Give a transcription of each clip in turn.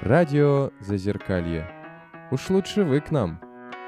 Радио Зазеркалье. Уж лучше вы к нам.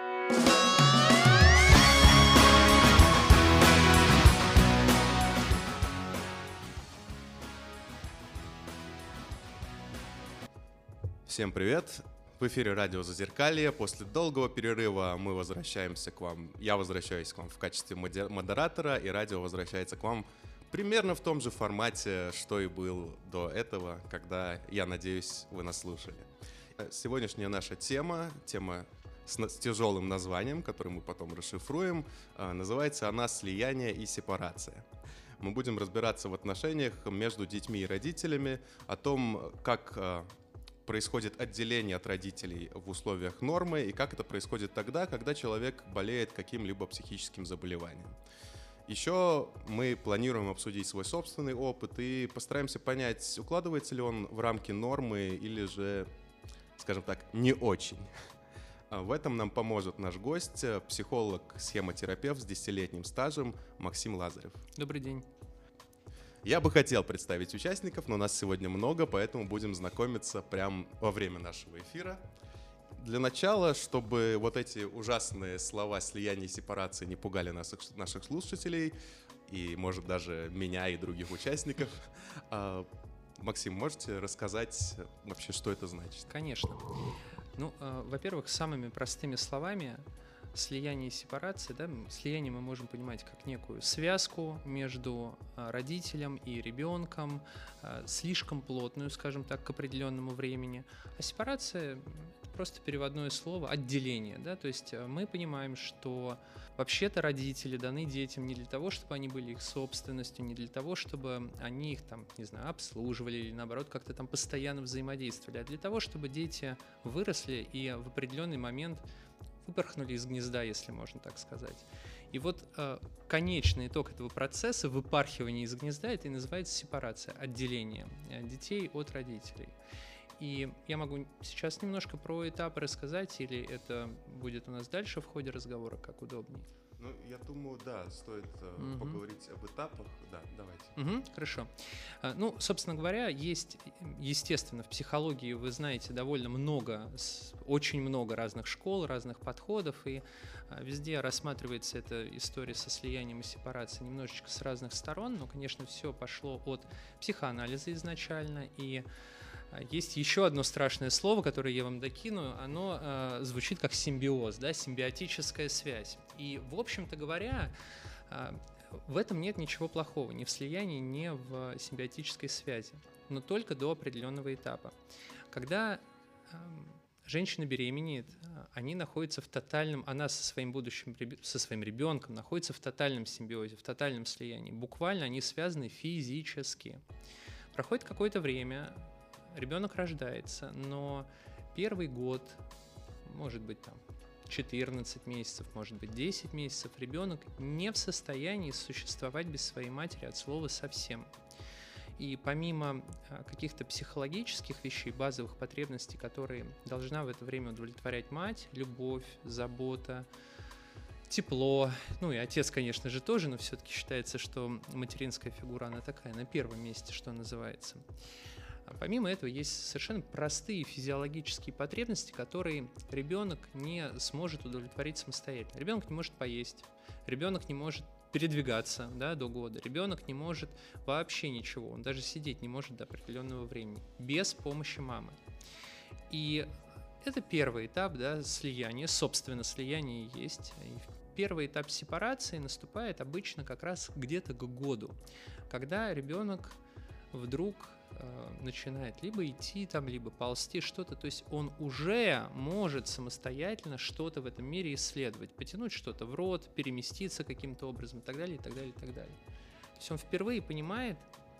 Всем привет! В эфире радио Зазеркалье. После долгого перерыва мы возвращаемся к вам. Я возвращаюсь к вам в качестве модератора, и радио возвращается к вам примерно в том же формате, что и был до этого, когда, я надеюсь, вы нас слушали. Сегодняшняя наша тема с тяжелым названием, который мы потом расшифруем, называется она «Слияние и сепарация». Мы будем разбираться в отношениях между детьми и родителями, о том, как происходит отделение от родителей в условиях нормы и как это происходит тогда, когда человек болеет каким-либо психическим заболеванием. Еще мы планируем обсудить свой собственный опыт и постараемся понять, укладывается ли он в рамки нормы или же, скажем так, не очень. В этом нам поможет наш гость, психолог-схемотерапевт с 10-летним стажем Максим Лазарев. Добрый день. Я бы хотел представить участников, но нас сегодня много, поэтому будем знакомиться прямо во время нашего эфира. Для начала, чтобы вот эти ужасные слова слияния и сепарации не пугали наших слушателей, и, может, даже меня и других участников, Максим, можете рассказать вообще, что это значит? Конечно. Во-первых, самыми простыми словами слияние и сепарация, да, слияние мы можем понимать как некую связку между родителем и ребенком, слишком плотную, скажем так, к определенному времени. А сепарация — это просто переводное слово «отделение». Да? То есть мы понимаем, что вообще-то родители даны детям не для того, чтобы они были их собственностью, не для того, чтобы они их там, не знаю, обслуживали или наоборот как-то там постоянно взаимодействовали, а для того, чтобы дети выросли и в определенный момент выпорхнули из гнезда, если можно так сказать. И вот конечный итог этого процесса, выпархивания из гнезда, это и называется сепарация, отделение детей от родителей. И я могу сейчас немножко про этапы рассказать, или это будет у нас дальше в ходе разговора, как удобнее? Ну, я думаю, да, стоит поговорить об этапах. Да, давайте. Хорошо. Собственно говоря, есть, естественно, в психологии, вы знаете, довольно много, очень много разных школ, разных подходов, и везде рассматривается эта история со слиянием и сепарацией немножечко с разных сторон, но, конечно, все пошло от психоанализа изначально, и есть еще одно страшное слово, которое я вам докину, оно звучит как симбиоз, да, симбиотическая связь. И, в общем-то говоря, в этом нет ничего плохого, ни в слиянии, ни в симбиотической связи, но только до определенного этапа. Когда женщина беременеет, они находятся в тотальном, она со своим ребенком находится в тотальном симбиозе, в тотальном слиянии. Буквально они связаны физически. Проходит какое-то время, ребенок рождается, но первый год, может быть, там 14 месяцев, может быть, 10 месяцев, ребенок не в состоянии существовать без своей матери от слова совсем. И помимо каких-то психологических вещей, базовых потребностей, которые должна в это время удовлетворять мать, любовь, забота, тепло, и отец, конечно же, тоже, но все-таки считается, что материнская фигура, она такая, на первом месте, что называется. Помимо этого есть совершенно простые физиологические потребности, которые ребенок не сможет удовлетворить самостоятельно. Ребенок не может поесть, ребенок не может передвигаться, да, до года, ребенок не может вообще ничего, он даже сидеть не может до определенного времени, без помощи мамы. И это первый этап, да, слияния, собственно, слияние есть. И первый этап сепарации наступает обычно как раз где-то к году, когда ребенок вдруг начинает либо идти там, либо ползти, что-то, то есть он уже может самостоятельно что-то в этом мире исследовать, потянуть что-то в рот, переместиться каким-то образом и так далее, и так далее, и так далее. То есть он впервые понимает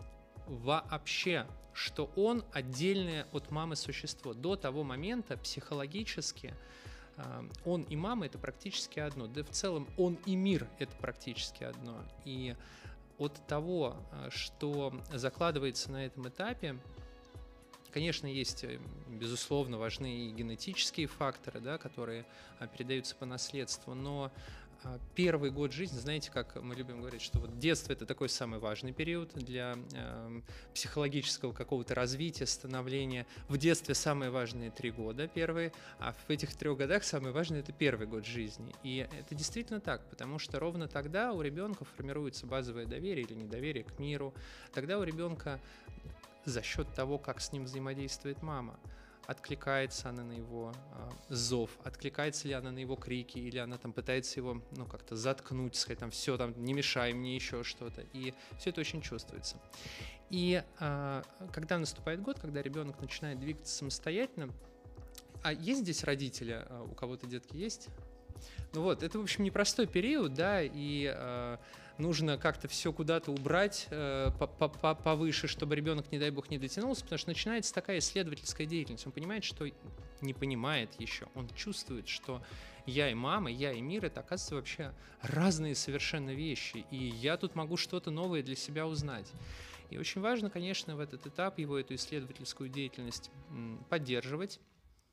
вообще, что он отдельное от мамы существо. До того момента психологически он и мама — это практически одно, да в целом он и мир — это практически одно. И от того, что закладывается на этом этапе, конечно, есть, безусловно, важны и генетические факторы, да, которые передаются по наследству, но Первый год жизни, знаете, как мы любим говорить, что вот детство — это такой самый важный период для психологического какого-то развития, становления. В детстве самые важные 3 года первые, а в этих 3 годах самое важное — это первый год жизни. И это действительно так, потому что ровно тогда у ребенка формируется базовое доверие или недоверие к миру. Тогда у ребенка за счет того, как с ним взаимодействует мама, откликается она на его зов, откликается ли она на его крики, или она там пытается его, ну, как-то заткнуть, сказать, там, все, там, не мешай мне, еще что-то. И все это очень чувствуется. И когда наступает год, когда ребенок начинает двигаться самостоятельно, а есть здесь родители, у кого-то детки есть? Ну вот, это, в общем, непростой период, да, и нужно как-то все куда-то убрать повыше, чтобы ребенок, не дай бог, не дотянулся, потому что начинается такая исследовательская деятельность. Он понимает, что не понимает еще, он чувствует, что я и мама, я и мир — это, оказывается, вообще разные совершенно вещи, и я тут могу что-то новое для себя узнать. И очень важно, конечно, в этот этап его эту исследовательскую деятельность поддерживать.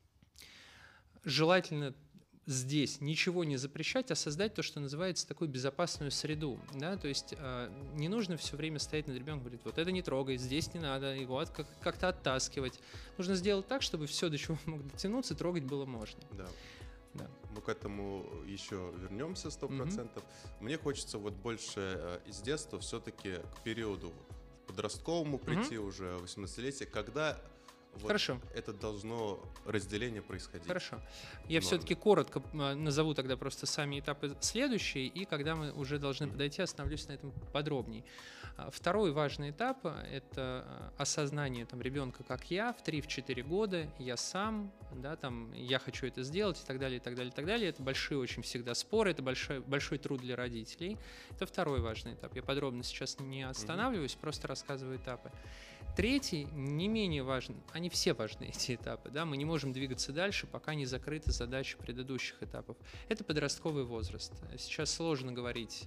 Желательно здесь ничего не запрещать, а создать то, что называется такую безопасную среду. Да? То есть не нужно все время стоять над ребенком и говорить, вот это не трогай, здесь не надо, его как-то оттаскивать. Нужно сделать так, чтобы все, до чего мог дотянуться, трогать было можно. Да. Да. Мы к этому еще вернемся 100%. Мне хочется вот больше из детства все-таки к периоду подростковому прийти уже, 18-летие, когда вот это должно разделение происходить. Хорошо. Я все-таки коротко назову тогда просто сами этапы следующие, и когда мы уже должны подойти, остановлюсь на этом подробнее. Второй важный этап — это осознание там, ребенка как я в 3-4 года, я сам, да, там, я хочу это сделать и так далее, и так далее, и так далее. Это большие очень всегда споры, это большой труд для родителей. Это второй важный этап. Я подробно сейчас не останавливаюсь, просто рассказываю этапы. Третий, не менее важен, они все важны, эти этапы, да, мы не можем двигаться дальше, пока не закрыты задачи предыдущих этапов. Это подростковый возраст. Сейчас сложно говорить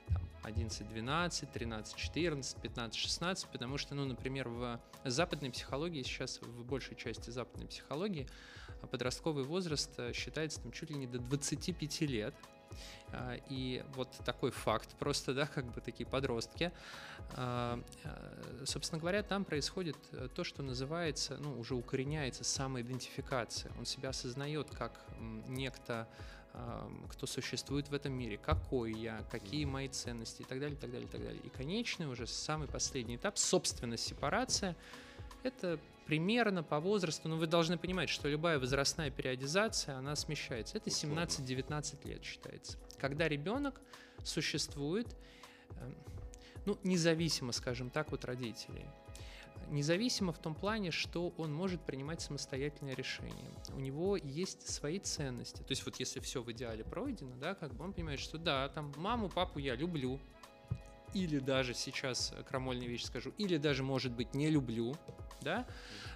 11-12, 13-14, 15-16, потому что, ну, например, в западной психологии, сейчас в большей части западной психологии, подростковый возраст считается там чуть ли не до 25 лет. И вот такой факт просто, да, как бы такие подростки. Собственно говоря, там происходит то, что называется, ну, уже укореняется самоидентификация. Он себя осознает как некто, кто существует в этом мире, какой я, какие мои ценности и так далее, и так далее, и так далее. И конечный уже самый последний этап, собственно, сепарация. Это примерно по возрасту, но вы должны понимать, что любая возрастная периодизация, она смещается. Это 17-19 лет считается. Когда ребенок существует, ну, независимо, скажем так, от родителей. Независимо в том плане, что он может принимать самостоятельные решения. У него есть свои ценности. То есть вот если все в идеале пройдено, да, как бы он понимает, что да, там маму, папу я люблю, или даже сейчас крамольную вещь скажу, или даже, может быть, не люблю, да,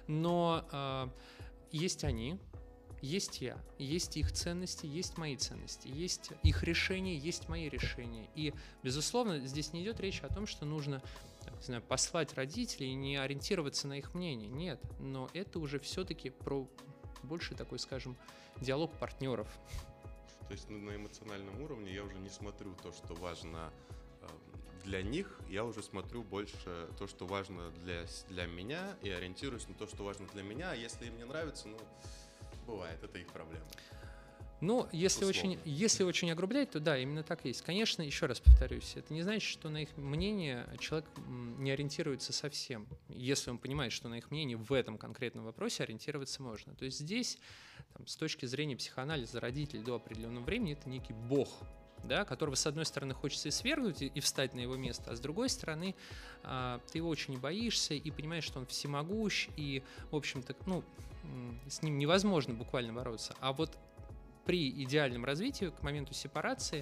но есть они, есть я, есть их ценности, есть мои ценности, есть их решения, есть мои решения. И, безусловно, здесь не идет речь о том, что нужно, не знаю, послать родителей и не ориентироваться на их мнение. Нет, но это уже все-таки про больше такой, скажем, диалог партнеров. То есть на эмоциональном уровне я уже не смотрю то, что важно для них, я уже смотрю больше то, что важно для меня, и ориентируюсь на то, что важно для меня. А если им не нравится, ну, бывает, это их проблема. Ну, если очень огрублять, то да, именно так и есть. Конечно, еще раз повторюсь, это не значит, что на их мнение человек не ориентируется совсем, если он понимает, что на их мнение в этом конкретном вопросе ориентироваться можно. То есть здесь, там, с точки зрения психоанализа, родитель до определенного времени — это некий бог, да, которого, с одной стороны, хочется и свергнуть, и встать на его место, а с другой стороны, ты его очень боишься и понимаешь, что он всемогущ, и, в общем-то, ну, с ним невозможно буквально бороться. А вот при идеальном развитии, к моменту сепарации,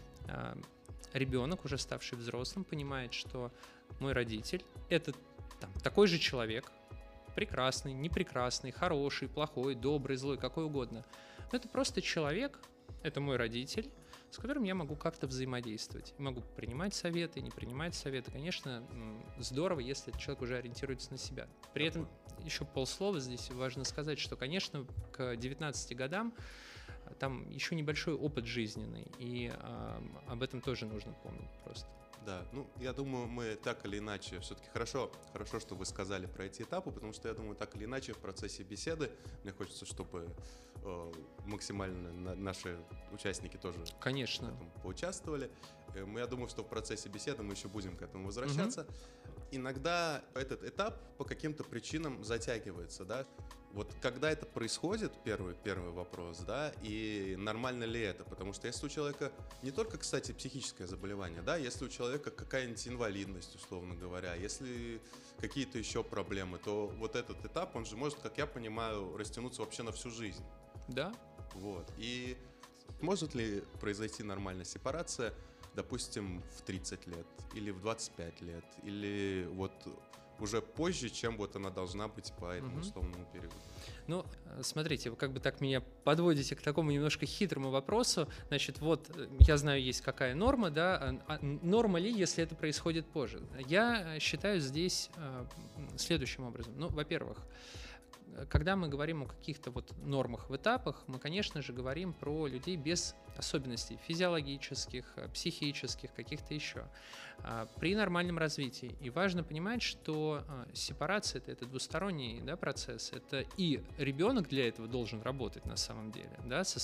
ребенок, уже ставший взрослым, понимает, что мой родитель — это там, такой же человек, прекрасный, непрекрасный, хороший, плохой, добрый, злой, какой угодно. Но это просто человек, это мой родитель, с которым я могу как-то взаимодействовать. Могу принимать советы, не принимать советы. Конечно, здорово, если человек уже ориентируется на себя. При этом еще полслова здесь важно сказать, что, конечно, к 19 годам там еще небольшой опыт жизненный, и об этом тоже нужно помнить просто. Да, ну, я думаю, мы так или иначе, все-таки хорошо, что вы сказали про эти этапы, потому что я думаю, так или иначе в процессе беседы мне хочется, чтобы максимально наши участники тоже Конечно. в этом поучаствовали. Я думаю, что в процессе беседы мы еще будем к этому возвращаться. Иногда этот этап по каким-то причинам затягивается, да. Вот когда это происходит, первый вопрос, да, и нормально ли это? Потому что если у человека не только, кстати, психическое заболевание, да, если у человека какая-нибудь инвалидность, условно говоря, если какие-то еще проблемы, то вот этот этап, он же может, как я понимаю, растянуться вообще на всю жизнь. Да. Вот. И может ли произойти нормальная сепарация, допустим, в 30 лет или в 25 лет, или вот уже позже, чем вот она должна быть по этому условному периоду? Ну, смотрите, вы как бы так меня подводите к такому немножко хитрому вопросу. Значит, вот я знаю, есть какая норма, да, норма ли, если это происходит позже? Я считаю здесь следующим образом. Ну, во-первых, когда мы говорим о каких-то вот нормах в этапах, мы, конечно же, говорим про людей без особенностей физиологических, психических, каких-то еще. При нормальном развитии. И важно понимать, что сепарация — это двусторонний, да, процесс. Это и ребенок для этого должен работать на самом деле, да, с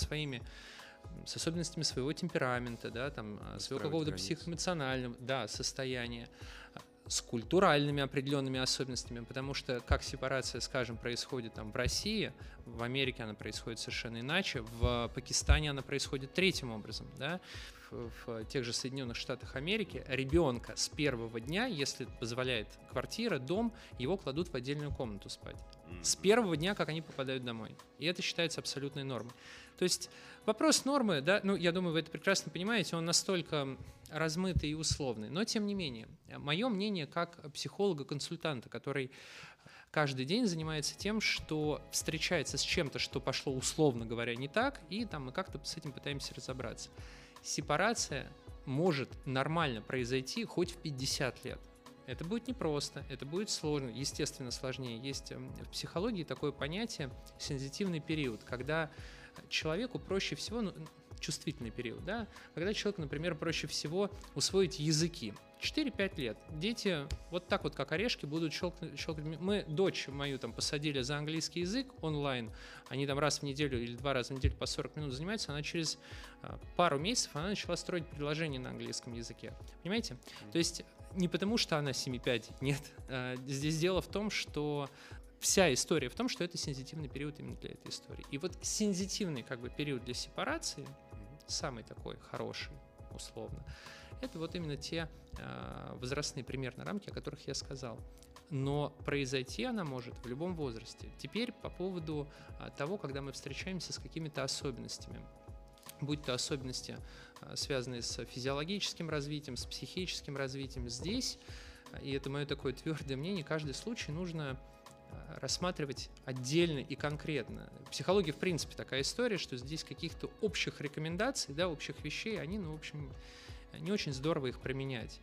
особенностями своего темперамента, да, там, своего какого-то психоэмоционального, да, состояния, с культуральными определенными особенностями, потому что как сепарация, скажем, происходит там в России, в Америке она происходит совершенно иначе, в Пакистане она происходит третьим образом, да, в тех же Соединенных Штатах Америки ребенка с первого дня, если позволяет квартира, дом, его кладут в отдельную комнату спать. С первого дня, как они попадают домой. И это считается абсолютной нормой. То есть вопрос нормы, да, ну, я думаю, вы это прекрасно понимаете, он настолько размытый и условный. Но, тем не менее, мое мнение как психолога-консультанта, который каждый день занимается тем, что встречается с чем-то, что пошло, условно говоря, не так, и там мы как-то с этим пытаемся разобраться. Сепарация может нормально произойти хоть в 50 лет. Это будет непросто, это будет сложно, естественно, сложнее. Есть в психологии такое понятие «сензитивный период», когда человеку проще всего, ну, чувствительный период, да, когда человеку, например, проще всего усвоить языки. 4-5 лет. Дети вот так вот, как орешки, будут щелкать. Мы дочь мою там посадили за английский язык онлайн, они там раз в неделю или 2 раза в неделю по 40 минут занимаются, она через пару месяцев она начала строить предложения на английском языке. Понимаете? То есть не потому, что она 7-5, нет. Здесь дело в том, что вся история в том, что это сензитивный период именно для этой истории. И вот сензитивный как бы период для сепарации, самый такой хороший, условно, это вот именно те возрастные примерно рамки, о которых я сказал. Но произойти она может в любом возрасте. Теперь по поводу того, когда мы встречаемся с какими-то особенностями. Будь то особенности, связанные с физиологическим развитием, с психическим развитием. Здесь, и это мое такое твердое мнение, каждый случай нужно рассматривать отдельно и конкретно. Психология, в принципе, такая история, что здесь каких-то общих рекомендаций, да, общих вещей, они, ну, в общем, не очень здорово их применять.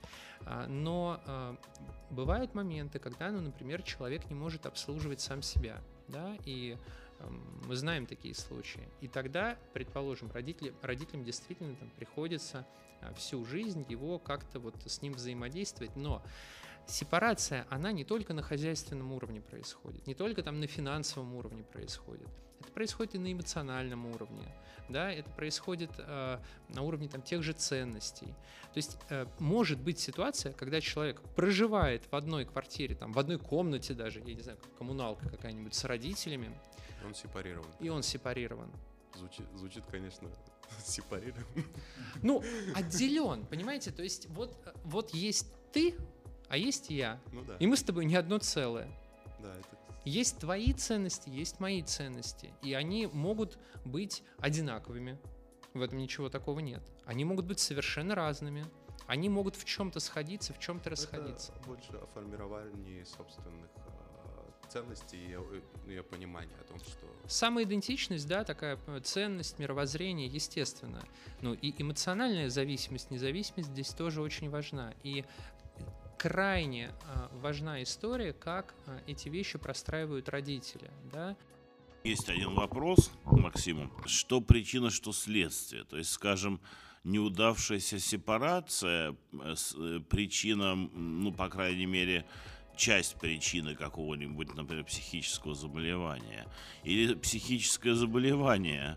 Но бывают моменты, когда, ну, например, человек не может обслуживать сам себя, да, и мы знаем такие случаи. И тогда, предположим, родителям действительно там приходится всю жизнь его как-то вот с ним взаимодействовать, но сепарация, она не только на хозяйственном уровне происходит, не только там на финансовом уровне происходит. Это происходит и на эмоциональном уровне, да, это происходит на уровне там тех же ценностей. То есть может быть ситуация, когда человек проживает в одной квартире, там, в одной комнате даже, я не знаю, как коммуналка какая-нибудь с родителями. Он сепарирован. И он сепарирован. Звучит, конечно, сепарирован. Ну, отделен, понимаете? То есть вот есть ты, а есть я. Ну, да. И мы с тобой не одно целое. Да, это... Есть твои ценности, есть мои ценности. И они могут быть одинаковыми. В этом ничего такого нет. Они могут быть совершенно разными. Они могут в чем-то сходиться, в чем-то расходиться. Это больше о формировании собственных ценностей и ее понимания о том, что... Самоидентичность, да, такая ценность, мировоззрение, естественно. Ну и эмоциональная зависимость, независимость здесь тоже очень важна. И крайне важна история, как эти вещи простраивают родители, да. Есть один вопрос, Максиму. Что причина, что следствие? То есть, скажем, неудавшаяся сепарация причина, ну, по крайней мере, часть причины какого-нибудь, например, психического заболевания. Или психическое заболевание,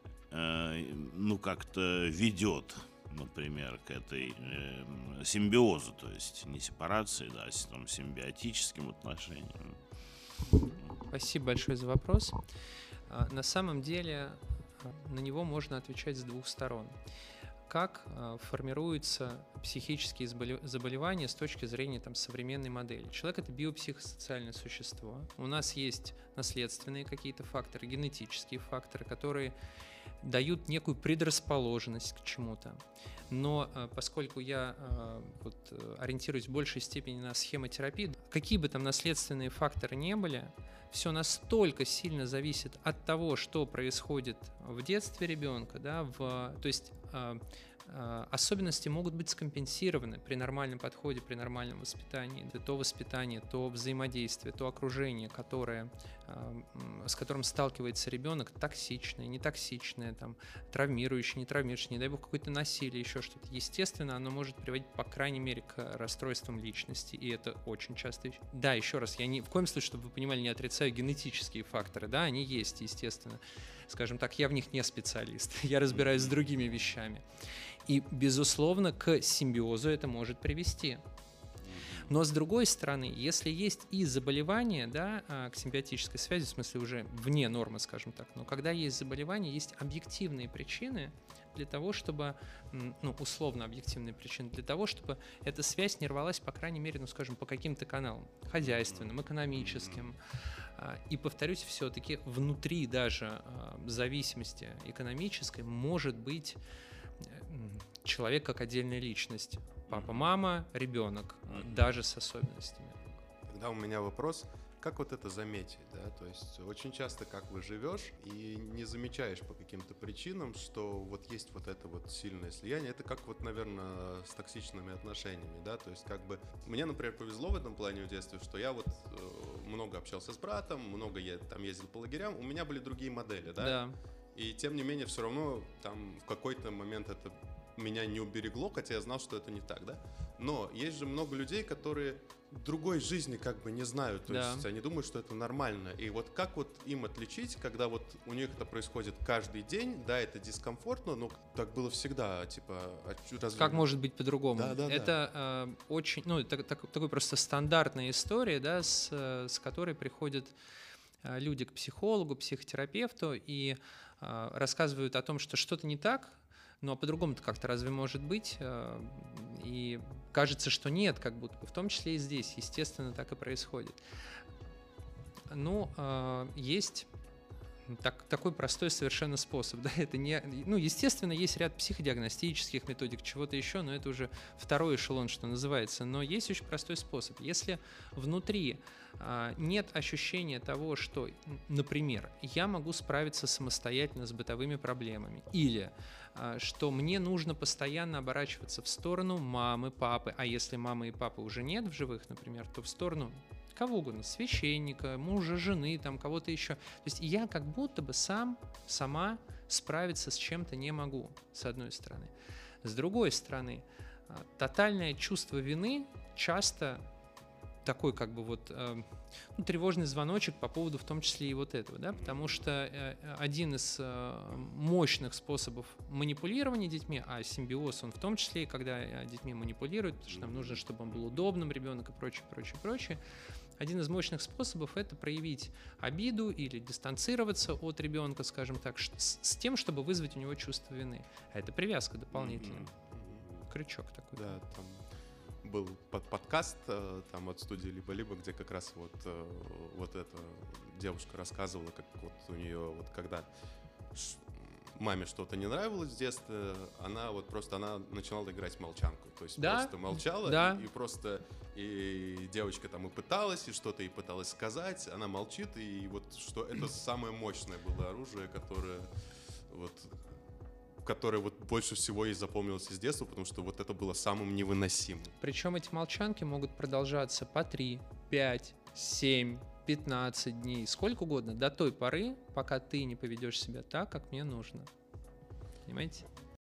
ну, как-то ведет, например, к этой симбиозу, то есть не сепарации, да, а там, симбиотическим отношениям. Спасибо большое за вопрос. На самом деле на него можно отвечать с двух сторон. Как формируются психические заболевания с точки зрения современной модели? Человек — это биопсихосоциальное существо. У нас есть наследственные какие-то факторы, генетические факторы, которые дают некую предрасположенность к чему-то. Но поскольку я ориентируюсь в большей степени на схемотерапию, какие бы там наследственные факторы не были, все настолько сильно зависит от того, что происходит в детстве ребенка, да, то есть особенности могут быть скомпенсированы при нормальном подходе, при нормальном воспитании. То воспитание, то взаимодействие, то окружение, с которым сталкивается ребенок, токсичное, нетоксичное, травмирующее, не травмирующее, не дай бог какое-то насилие, еще что-то. Естественно, оно может приводить, по крайней мере, к расстройствам личности, и это очень часто. Да, еще раз, я ни в коем случае, чтобы вы понимали, не отрицаю генетические факторы, да, они есть, естественно. Скажем так, я в них не специалист, я разбираюсь с другими вещами. И, безусловно, к симбиозу это может привести. Но, с другой стороны, если есть и заболевания, да, к симбиотической связи, в смысле уже вне нормы, скажем так, но когда есть заболевания, есть объективные причины для того, чтобы, условно объективные причины, для того, чтобы эта связь не рвалась, по крайней мере, скажем, по каким-то каналам, хозяйственным, экономическим. И, повторюсь, все-таки внутри даже зависимости экономической может быть человек как отдельная личность. Папа, мама, ребенок, даже с особенностями. Тогда у меня вопрос, как вот это заметить, да? То есть очень часто как вы живешь и не замечаешь по каким-то причинам, что вот есть вот это вот сильное слияние. Это как вот, наверное, с токсичными отношениями, да? То есть как бы мне, например, повезло в этом плане в детстве, что я вот много общался с братом, много я там ездил по лагерям, у меня были другие модели, да? Да. И тем не менее все равно там в какой-то момент это меня не уберегло, хотя я знал, что это не так, да? Но есть же много людей, которые другой жизни как бы не знают, то есть они думают, что это нормально. И вот как вот им отличить, когда вот у них это происходит каждый день, да, это дискомфортно, но так было всегда, типа... Разве... Как может быть по-другому? Да. Это очень, такой просто стандартная история, да, с которой приходят люди к психологу, психотерапевту и рассказывают о том, что что-то не так. Ну а по-другому-то как-то разве может быть? И кажется, что нет, как будто бы. В том числе и здесь, естественно, так и происходит. Есть такой простой совершенно способ. Да? Это не, естественно, есть ряд психодиагностических методик, чего-то еще, но это уже второй эшелон, что называется. Но есть очень простой способ. Если внутри нет ощущения того, что, например, я могу справиться самостоятельно с бытовыми проблемами, или что мне нужно постоянно оборачиваться в сторону мамы, папы, а если мамы и папы уже нет в живых, например, то в сторону кого угодно, священника, мужа, жены, кого-то еще. То есть я как будто бы сама справиться с чем-то не могу, с одной стороны. С другой стороны, тотальное чувство вины часто такой тревожный звоночек по поводу в том числе и вот этого, да, потому что один из мощных способов манипулирования детьми, а симбиоз он в том числе и когда детьми манипулируют, потому что нам нужно, чтобы он был удобным ребенок и прочее. Один из мощных способов — это проявить обиду или дистанцироваться от ребенка, скажем так, с тем, чтобы вызвать у него чувство вины. А это привязка дополнительная. Крючок такой. Да, там был подкаст там от студии «Либо-либо», где как раз вот эта девушка рассказывала, как вот у нее вот когда маме что-то не нравилось в детстве, она начинала играть молчанку, то есть просто молчала и девочка там и пыталась, и что-то ей пыталась сказать, она молчит, и вот что это самое мощное было оружие, которое вот больше всего ей запомнилось из детства, потому что вот это было самым невыносимым. Причем эти молчанки могут продолжаться по 3, 5, 7, 15 дней, сколько угодно, до той поры, пока ты не поведешь себя так, как мне нужно. Понимаете?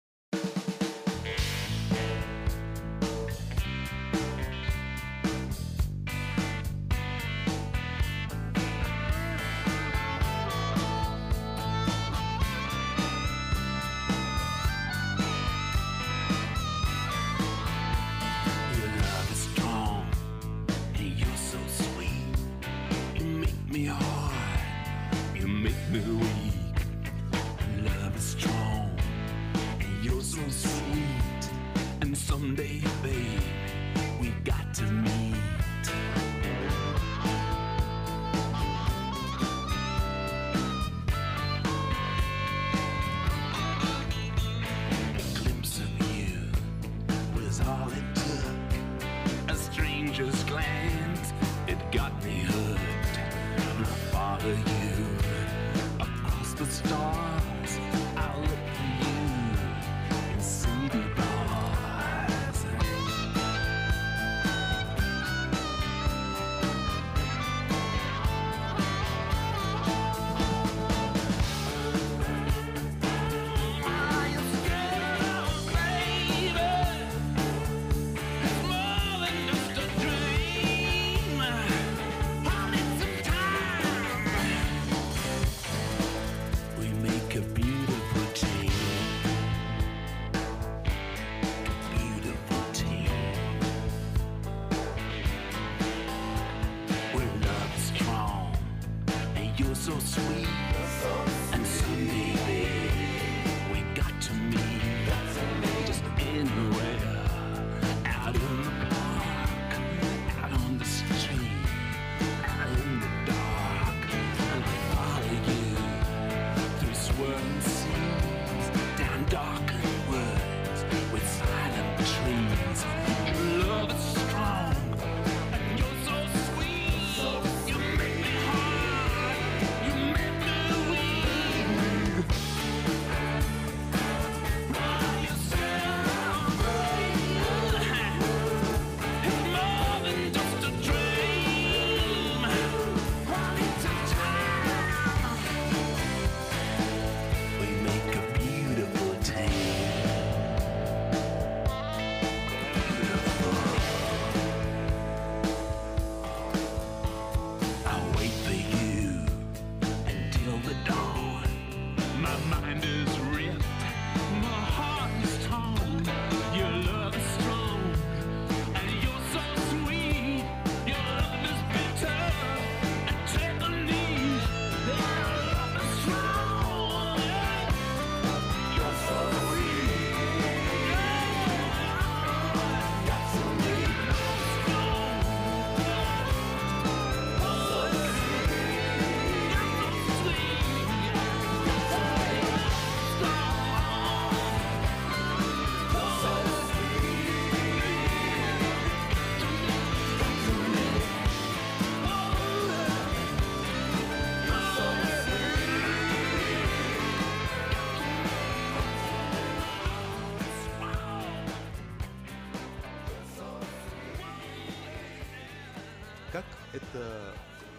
Как это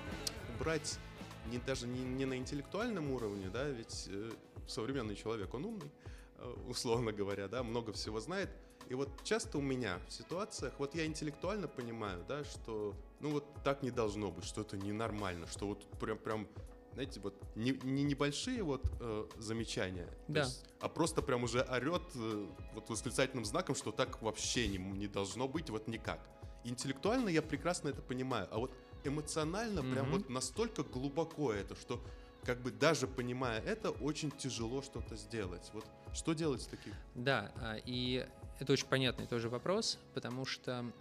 брать даже не на интеллектуальном уровне, да, ведь современный человек, он умный, условно говоря, да, много всего знает. И вот часто у меня в ситуациях, вот я интеллектуально понимаю, да, что, ну вот так не должно быть, что это ненормально, что вот прям знаете, вот не небольшие вот замечания, да. Есть, а просто прям уже орет вот восклицательным знаком, что так вообще не должно быть, вот никак. Интеллектуально я прекрасно это понимаю, а вот эмоционально прям вот настолько глубоко это, что как бы даже понимая это, очень тяжело что-то сделать. Вот что делать с таким? Да, и это очень понятный тоже вопрос, потому что, ну,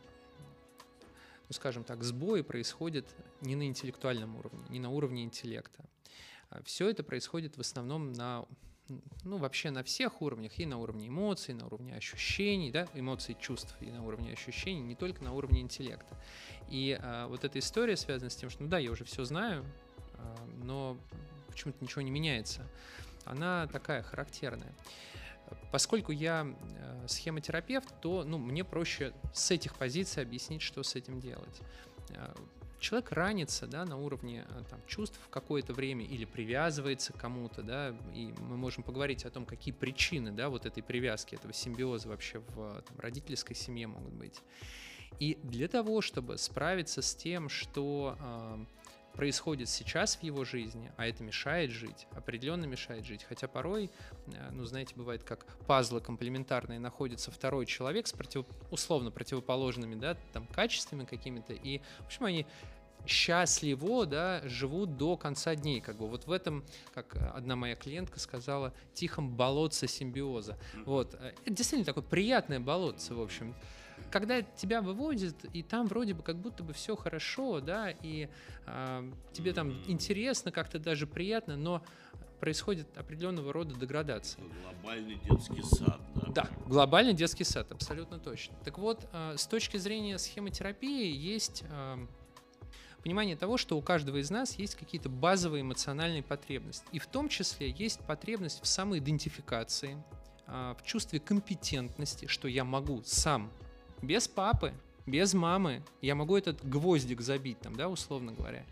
скажем так, сбои происходят не на интеллектуальном уровне, не на уровне интеллекта. Все это происходит в основном на, ну, вообще на всех уровнях, и на уровне эмоций, на уровне ощущений, да, эмоций, чувств, и на уровне ощущений, не только на уровне интеллекта. И вот эта история связана с тем, что, ну да, я уже все знаю, но почему-то ничего не меняется. Она такая характерная. Поскольку я схемотерапевт, то, ну, мне проще с этих позиций объяснить, что с этим делать. человек ранится, да, на уровне там, чувств в какое-то время или привязывается к кому-то, да, и мы можем поговорить о том, какие причины, да, вот этой привязки, этого симбиоза вообще в там, родительской семье могут быть. И для того, чтобы справиться с тем, что происходит сейчас в его жизни, а это мешает жить, определенно мешает жить, хотя порой, ну, знаете, бывает, как пазлы комплементарные, находится второй человек с условно противоположными, да, там, качествами какими-то, и, в общем, они счастливо, да, живут до конца дней, как бы вот в этом, как одна моя клиентка сказала, тихом болотце симбиоза. Вот, это действительно такое приятное болотце, в общем. Когда тебя выводят, и там вроде бы как будто бы все хорошо, да, и тебе там интересно, как-то даже приятно, но происходит определенного рода деградация. Глобальный детский сад, да? Да, глобальный детский сад, абсолютно точно. Так вот, с точки зрения схемотерапии есть понимание того, что у каждого из нас есть какие-то базовые эмоциональные потребности. И в том числе есть потребность в самоидентификации, в чувстве компетентности, что я могу сам, без папы, без мамы, я могу этот гвоздик забить, там, да, условно говоря,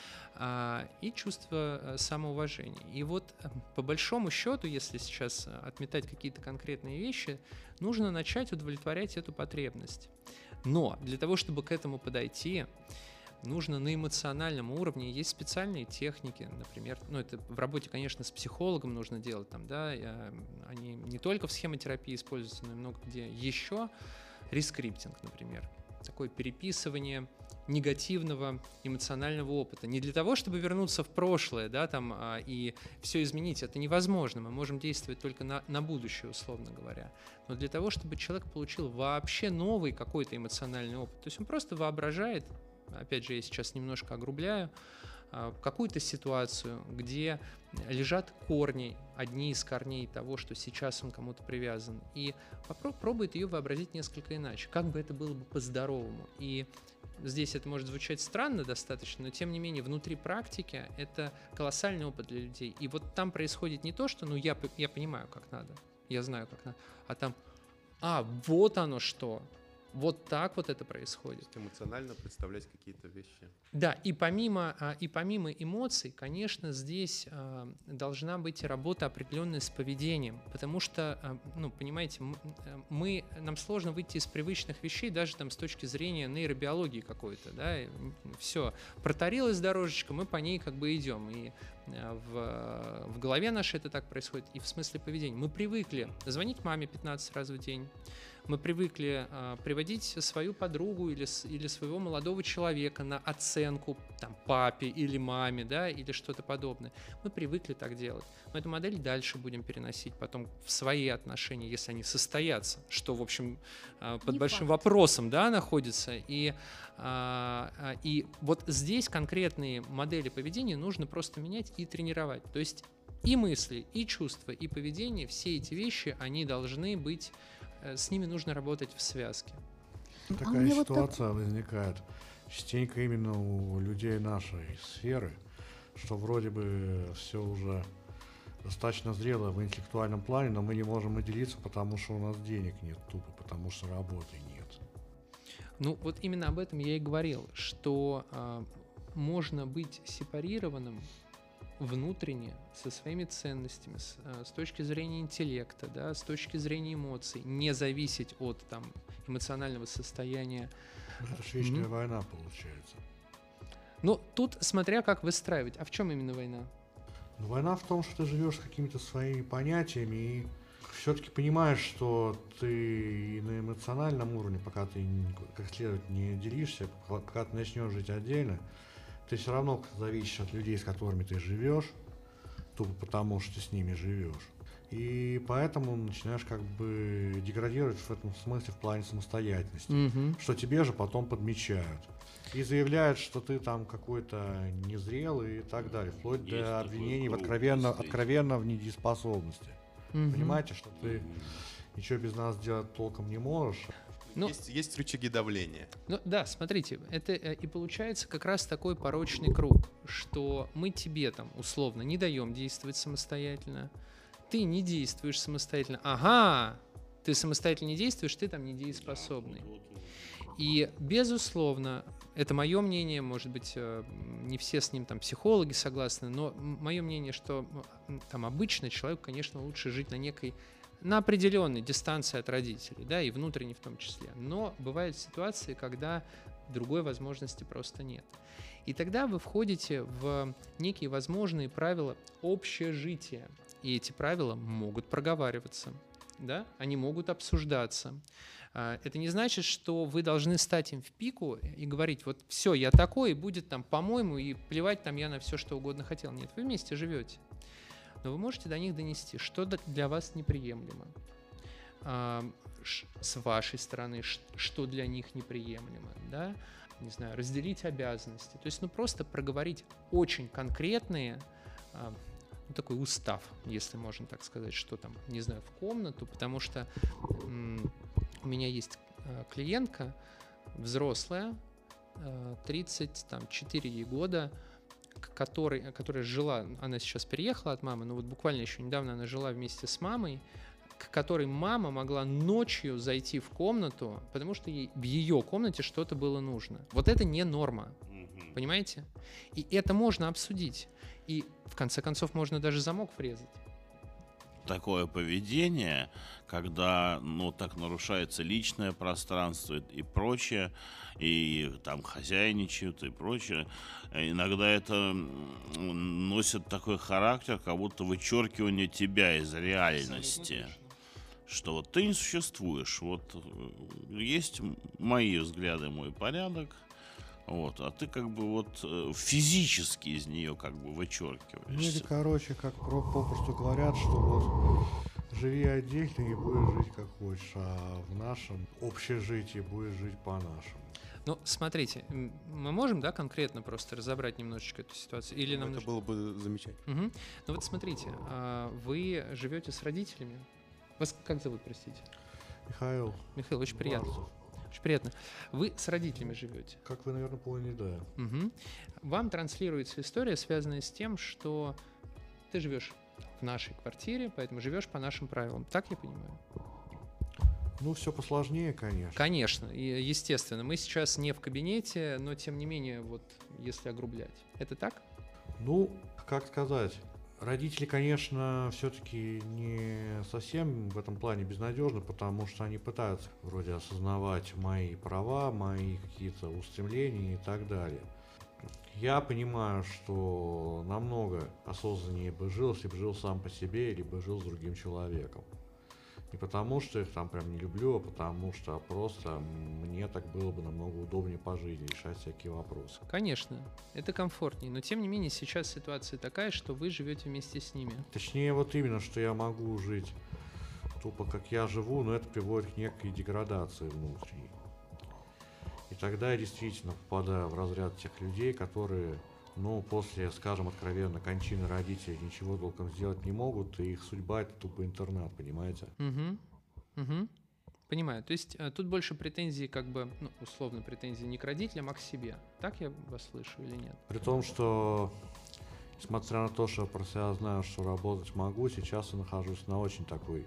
и чувство самоуважения. И вот по большому счету, если сейчас отметать какие-то конкретные вещи, нужно начать удовлетворять эту потребность. Но для того, чтобы к этому подойти, нужно на эмоциональном уровне, есть специальные техники, например, ну это в работе, конечно, с психологом нужно делать, там, да, они не только в схемотерапии используются, но и много где еще. Рескриптинг, например, такое переписывание негативного эмоционального опыта. Не для того, чтобы вернуться в прошлое, да, там, и все изменить, это невозможно, мы можем действовать только на будущее, условно говоря, но для того, чтобы человек получил вообще новый какой-то эмоциональный опыт. То есть он просто воображает, опять же, я сейчас немножко огрубляю, какую-то ситуацию, где лежат корни, одни из корней того, что сейчас он кому-то привязан, и пробует ее вообразить несколько иначе, как бы это было бы по-здоровому. И здесь это может звучать странно достаточно, но тем не менее внутри практики это колоссальный опыт для людей. И вот там происходит не то, что ну я понимаю, как надо, я знаю, как надо, а там, вот оно что. Вот так вот это происходит. Эмоционально представлять какие-то вещи. Да, и помимо эмоций, конечно, здесь должна быть работа определенная с поведением, потому что, ну, понимаете, нам сложно выйти из привычных вещей даже там с точки зрения нейробиологии какой-то, да, все, протарилась дорожечка, мы по ней как бы идем, и в голове нашей это так происходит, и в смысле поведения. Мы привыкли звонить маме 15 раз в день, мы привыкли приводить свою подругу или своего молодого человека на оценку там, папе или маме, да, или что-то подобное. Мы привыкли так делать. Мы эту модель дальше будем переносить потом в свои отношения, если они состоятся, что, в общем, под большим вопросом, да, находится. И вот здесь конкретные модели поведения нужно просто менять и тренировать. То есть и мысли, и чувства, и поведение, все эти вещи, они должны быть, с ними нужно работать в связке. Такая ситуация возникает частенько именно у людей нашей сферы, что вроде бы все уже достаточно зрело в интеллектуальном плане, но мы не можем и делиться, потому что у нас денег нет тупо, потому что работы нет. Ну вот именно об этом я и говорил, что можно быть сепарированным внутренне, со своими ценностями, с точки зрения интеллекта, да, с точки зрения эмоций, не зависеть от там, эмоционального состояния. Это же вечная война получается. Ну, тут смотря как выстраивать. А в чем именно война? Ну, война в том, что ты живешь с какими-то своими понятиями и все-таки понимаешь, что ты на эмоциональном уровне, пока ты как следует не делишься, пока ты начнешь жить отдельно, ты все равно зависишь от людей, с которыми ты живешь, тупо потому, что ты с ними живешь. И поэтому начинаешь как бы деградировать в этом смысле в плане самостоятельности, что тебе же потом подмечают. И заявляют, что ты там какой-то незрелый и так далее, вплоть до обвинений в откровенно в недееспособности. Понимаете, что ты ничего без нас делать толком не можешь. Ну, есть рычаги давления. Ну да, смотрите, это и получается как раз такой порочный круг, что мы тебе там условно не даем действовать самостоятельно, ты не действуешь самостоятельно, ты самостоятельно не действуешь, ты там недееспособный. И, безусловно, это мое мнение, может быть, не все с ним там психологи согласны, но мое мнение, что там обычно человеку, конечно, лучше жить на определенной дистанции от родителей, да, и внутренней в том числе. Но бывают ситуации, когда другой возможности просто нет. И тогда вы входите в некие возможные правила общежития. И эти правила могут проговариваться, да? Они могут обсуждаться. Это не значит, что вы должны стать им в пику и говорить, вот все, я такой, и будет там по-моему, и плевать там я на все, что угодно хотел. Нет, вы вместе живете. Но вы можете до них донести, что для вас неприемлемо. С вашей стороны, что для них неприемлемо, да? Не знаю, разделить обязанности. То есть, просто проговорить очень конкретные, такой устав, если можно так сказать, что там, не знаю, в комнату, потому что у меня есть клиентка, взрослая, 34 ей года, которая жила, она сейчас переехала от мамы, но вот буквально еще недавно она жила вместе с мамой, к которой мама могла ночью зайти в комнату, потому что ей в ее комнате что-то было нужно. Вот это не норма, понимаете? И это можно обсудить. И в конце концов можно даже замок врезать. Такое поведение, когда, так нарушается личное пространство и прочее, и там хозяйничают и прочее, иногда это носит такой характер, как будто вычеркивание тебя из реальности. Что вот ты не существуешь, вот есть мои взгляды, мой порядок, вот, а ты как бы вот физически из нее как бы вычеркиваешься. Или, короче, как попросту говорят, что вот живи отдельно и будешь жить как хочешь, а в нашем общежитии будешь жить по-нашему. Ну, смотрите, мы можем, да, конкретно просто разобрать немножечко эту ситуацию? Или нам Это было бы замечательно. Угу. Ну вот смотрите, вы живете с родителями. Вас как зовут, простите? Михаил. Михаил, очень приятно. Барсов. Очень приятно. Вы с родителями живете. Как вы, наверное, поняли, да. Угу. Вам транслируется история, связанная с тем, что ты живешь в нашей квартире, поэтому живешь по нашим правилам. Так я понимаю? Ну, все посложнее, конечно. Конечно, и естественно. Мы сейчас не в кабинете, но тем не менее, вот если огрублять. Это так? Ну, как сказать, родители, конечно, все-таки не совсем в этом плане безнадежны, потому что они пытаются вроде осознавать мои права, мои какие-то устремления и так далее. Я понимаю, что намного осознаннее бы жил, если бы жил сам по себе, либо жил с другим человеком. Не потому, что их там прям не люблю, а потому что просто мне так было бы намного удобнее пожить и решать всякие вопросы. Конечно, это комфортнее, но тем не менее сейчас ситуация такая, что вы живете вместе с ними. Точнее, вот именно, что я могу жить тупо как я живу, но это приводит к некой деградации внутренней. И тогда я действительно попадаю в разряд тех людей, которые, после, скажем откровенно, кончины родителей ничего толком сделать не могут, и их судьба — это тупо интернат, понимаете? Угу. Понимаю. То есть тут больше претензий, условно претензии не к родителям, а к себе. Так я вас слышу или нет? При том, что, несмотря на то, что я про себя знаю, что работать могу, сейчас я нахожусь на очень такой,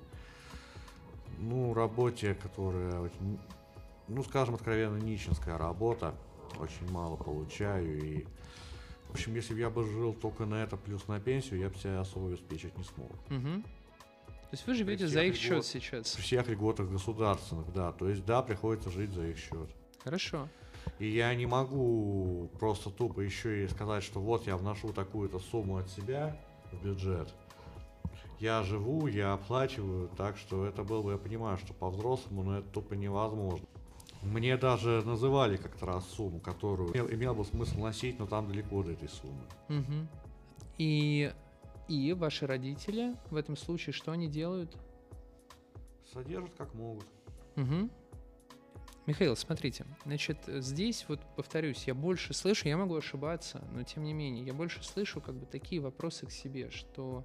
работе, которая, скажем откровенно, нищенская работа. Очень мало получаю и... В общем, если бы я бы жил только на это плюс на пенсию, я бы себя особо обеспечить не смог. Угу. То есть вы живете за их счет сейчас? При всех льготах государственных, да. То есть, да, приходится жить за их счет. Хорошо. И я не могу просто тупо еще и сказать, что вот я вношу такую-то сумму от себя в бюджет. Я живу, я оплачиваю, так что это было бы, я понимаю, что по-взрослому, но это тупо невозможно. Мне даже называли как-то раз сумму, которую имел бы смысл носить, но там далеко до этой суммы. Угу. И ваши родители в этом случае что они делают? Содержат как могут. Угу. Михаил, смотрите, значит, здесь вот повторюсь, я больше слышу, я могу ошибаться, но тем не менее, я больше слышу такие вопросы к себе, что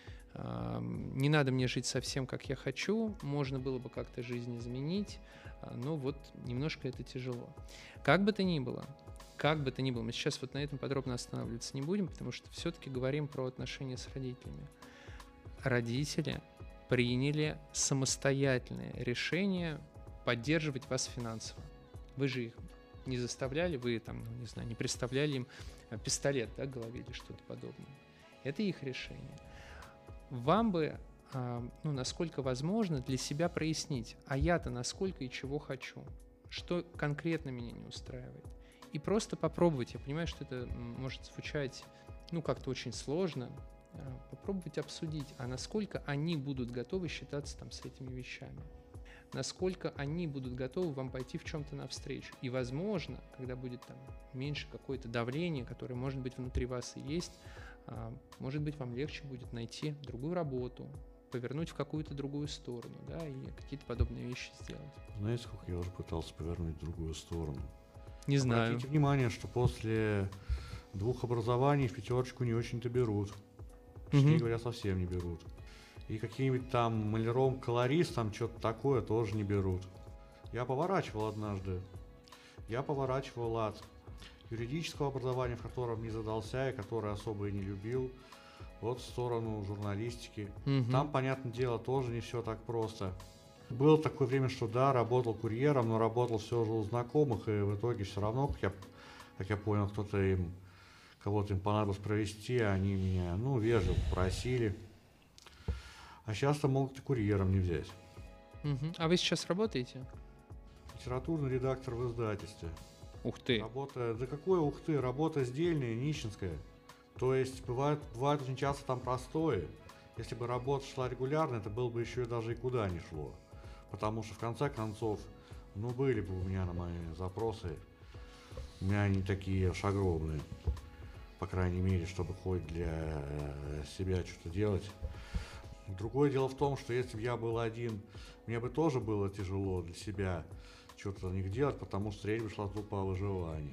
не надо мне жить совсем как я хочу, можно было бы как-то жизнь изменить, но вот немножко это тяжело. Как бы то ни было, мы сейчас вот на этом подробно останавливаться не будем, потому что все-таки говорим про отношения с родителями. Родители приняли самостоятельное решение поддерживать вас финансово. Вы же их не заставляли, вы там, ну, не знаю, не представляли им пистолет, да, к голове или что-то подобное. Это их решение. Вам бы, ну, насколько возможно, для себя прояснить, а я-то насколько и чего хочу, что конкретно меня не устраивает. И просто попробовать. Я понимаю, что это может звучать, ну, как-то очень сложно. Попробовать обсудить, а насколько они будут готовы считаться там с этими вещами. Насколько они будут готовы вам пойти в чем-то навстречу. И, возможно, когда будет там меньше какое-то давление, которое, может быть, внутри вас и есть, может быть, вам легче будет найти другую работу, повернуть в какую-то другую сторону, да, и какие-то подобные вещи сделать. Знаете, сколько я уже пытался повернуть в другую сторону? Не знаю. Обратите внимание, что после 2 образований в 5 не очень-то берут. Точнее говоря, совсем не берут. И каким-нибудь там маляром, колористом, что-то такое тоже не берут. Я поворачивал однажды. Я поворачивал от юридического образования, в котором не задался и которое особо и не любил, вот в сторону журналистики. Там, понятное дело, тоже не все так просто. Было такое время, что да, работал курьером, но работал все же у знакомых, и в итоге все равно, как я понял, кого-то им понадобилось провести, они меня, ну, вежливо попросили. А сейчас-то могут и курьером не взять. А вы сейчас работаете? Литературный редактор в издательстве. Ух ты. Работа, да какое ух ты, работа сдельная, нищенская. То есть бывает очень часто там простое. Если бы работа шла регулярно, это было бы еще и даже и куда не шло. Потому что в конце концов, ну, были бы у меня на мои запросы, у меня они такие уж огромные. По крайней мере, чтобы хоть для себя что-то делать. Другое дело в том, что если бы я был один, мне бы тоже было тяжело для себя что-то на них делать, потому что речь бы шла тупо о выживании.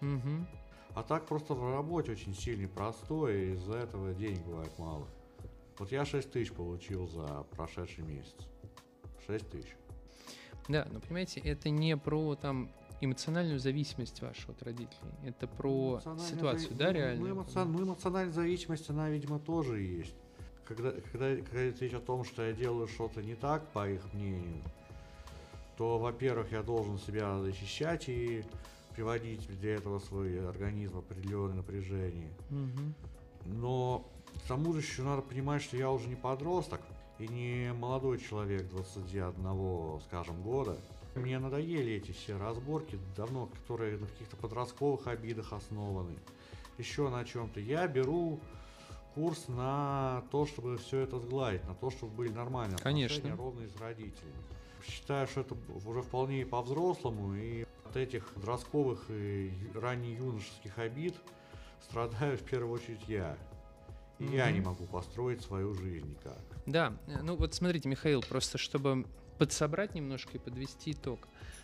А так просто в работе очень сильно простой, и из-за этого денег бывает мало. Вот я 6 тысяч получил за прошедший месяц. 6 тысяч. Да, но понимаете, это не про там эмоциональную зависимость вашу от родителей, это про ситуацию, да, реально? Эмоциональная зависимость, она, видимо, тоже есть. Когда речь о том, что я делаю что-то не так, по их мнению, то, во-первых, я должен себя защищать и приводить для этого свой организм в определенное напряжение. Но к тому же еще надо понимать, что я уже не подросток и не молодой человек 21, скажем, года. Мне надоели эти все разборки давно, которые на каких-то подростковых обидах основаны. Еще на чем-то. Я беру курс на то, чтобы все это сгладить, на то, чтобы были нормальные отношения, ровные с родителями. Считаю, что это уже вполне по-взрослому, и от этих подростковых и раннеюношеских обид страдаю в первую очередь я. И я не могу построить свою жизнь никак. Да, ну вот смотрите, Михаил, просто чтобы подсобрать немножко и подвести итог.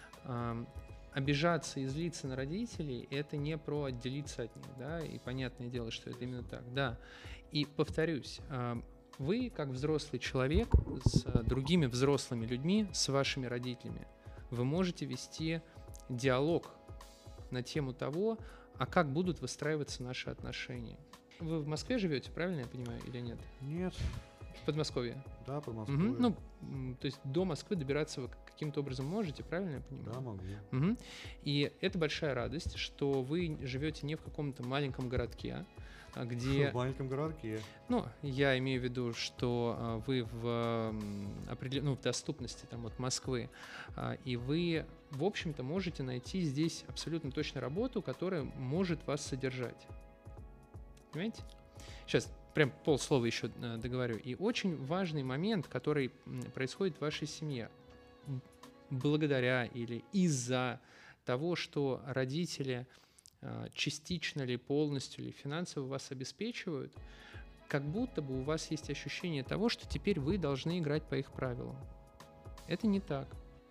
Обижаться и злиться на родителей — это не про отделиться от них, да, и понятное дело, что это именно так, да. И повторюсь, вы, как взрослый человек, с другими взрослыми людьми, с вашими родителями, вы можете вести диалог на тему того, а как будут выстраиваться наши отношения. Вы в Москве живете, правильно я понимаю, или нет? Нет. В Подмосковье? Да, Подмосковье. Ну, то есть до Москвы добираться вы каким-то образом можете, правильно я понимаю? Да, могу. И это большая радость, что вы живете не в каком-то маленьком городке, где... В маленьком городке. Ну, я имею в виду, что вы в доступности там, от Москвы, и вы, в общем-то, можете найти здесь абсолютно точно работу, которая может вас содержать. Понимаете? Сейчас прям полслова еще договорю. И очень важный момент, который происходит в вашей семье, благодаря или из-за того, что родители частично или полностью или финансово вас обеспечивают, как будто бы у вас есть ощущение того, что теперь вы должны играть по их правилам. Это не так.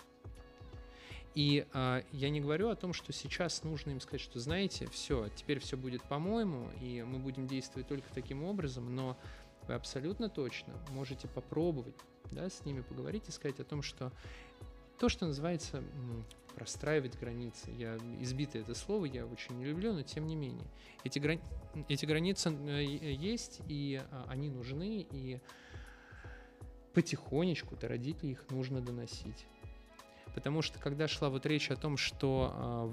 И я не говорю о том, что сейчас нужно им сказать, что, знаете, все, теперь все будет по-моему, и мы будем действовать только таким образом, но вы абсолютно точно можете попробовать, да, с ними поговорить и сказать о том, что то, что называется простраивать границы. Избитое это слово, я очень не люблю, но тем не менее. Эти границы есть, и они нужны, и потихонечку до родителей их нужно доносить. Потому что когда шла вот речь о том, что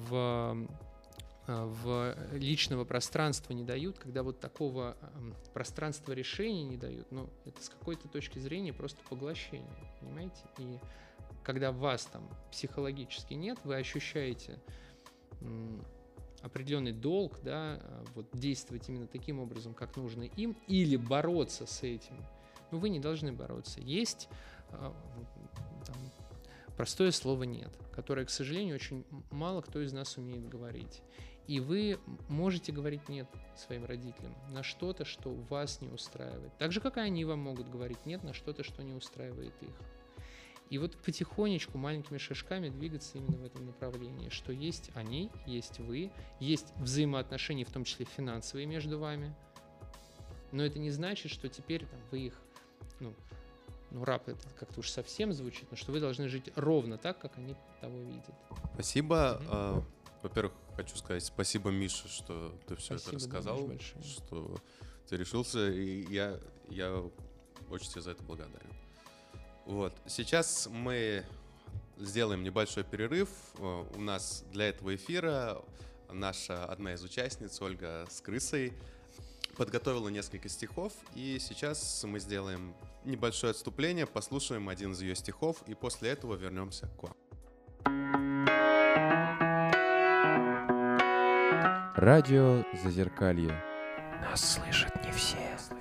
в личного пространства не дают, когда вот такого пространства решения не дают, ну, это с какой-то точки зрения просто поглощение, понимаете? И когда вас там психологически нет, вы ощущаете определенный долг, да, вот действовать именно таким образом, как нужно им, или бороться с этим. Но вы не должны бороться. Есть там, простое слово «нет», которое, к сожалению, очень мало кто из нас умеет говорить. И вы можете говорить «нет» своим родителям на что-то, что вас не устраивает. Так же, как и они вам могут говорить «нет» на что-то, что не устраивает их. И вот потихонечку, маленькими шажками двигаться именно в этом направлении, что есть они, есть вы, есть взаимоотношения, в том числе финансовые между вами. Но это не значит, что теперь там, вы их, раб это как-то уж совсем звучит, но что вы должны жить ровно так, как они того видят. Спасибо. Во-первых, хочу сказать спасибо, Миша, что ты все это рассказал, что ты решился, и я очень тебе за это благодарен. Вот. Сейчас мы сделаем небольшой перерыв. У нас для этого эфира наша одна из участниц, Ольга с крысой, подготовила несколько стихов, и сейчас мы сделаем небольшое отступление, послушаем один из ее стихов, и после этого вернемся к вам. Радио Зазеркалье. Нас слышат не все.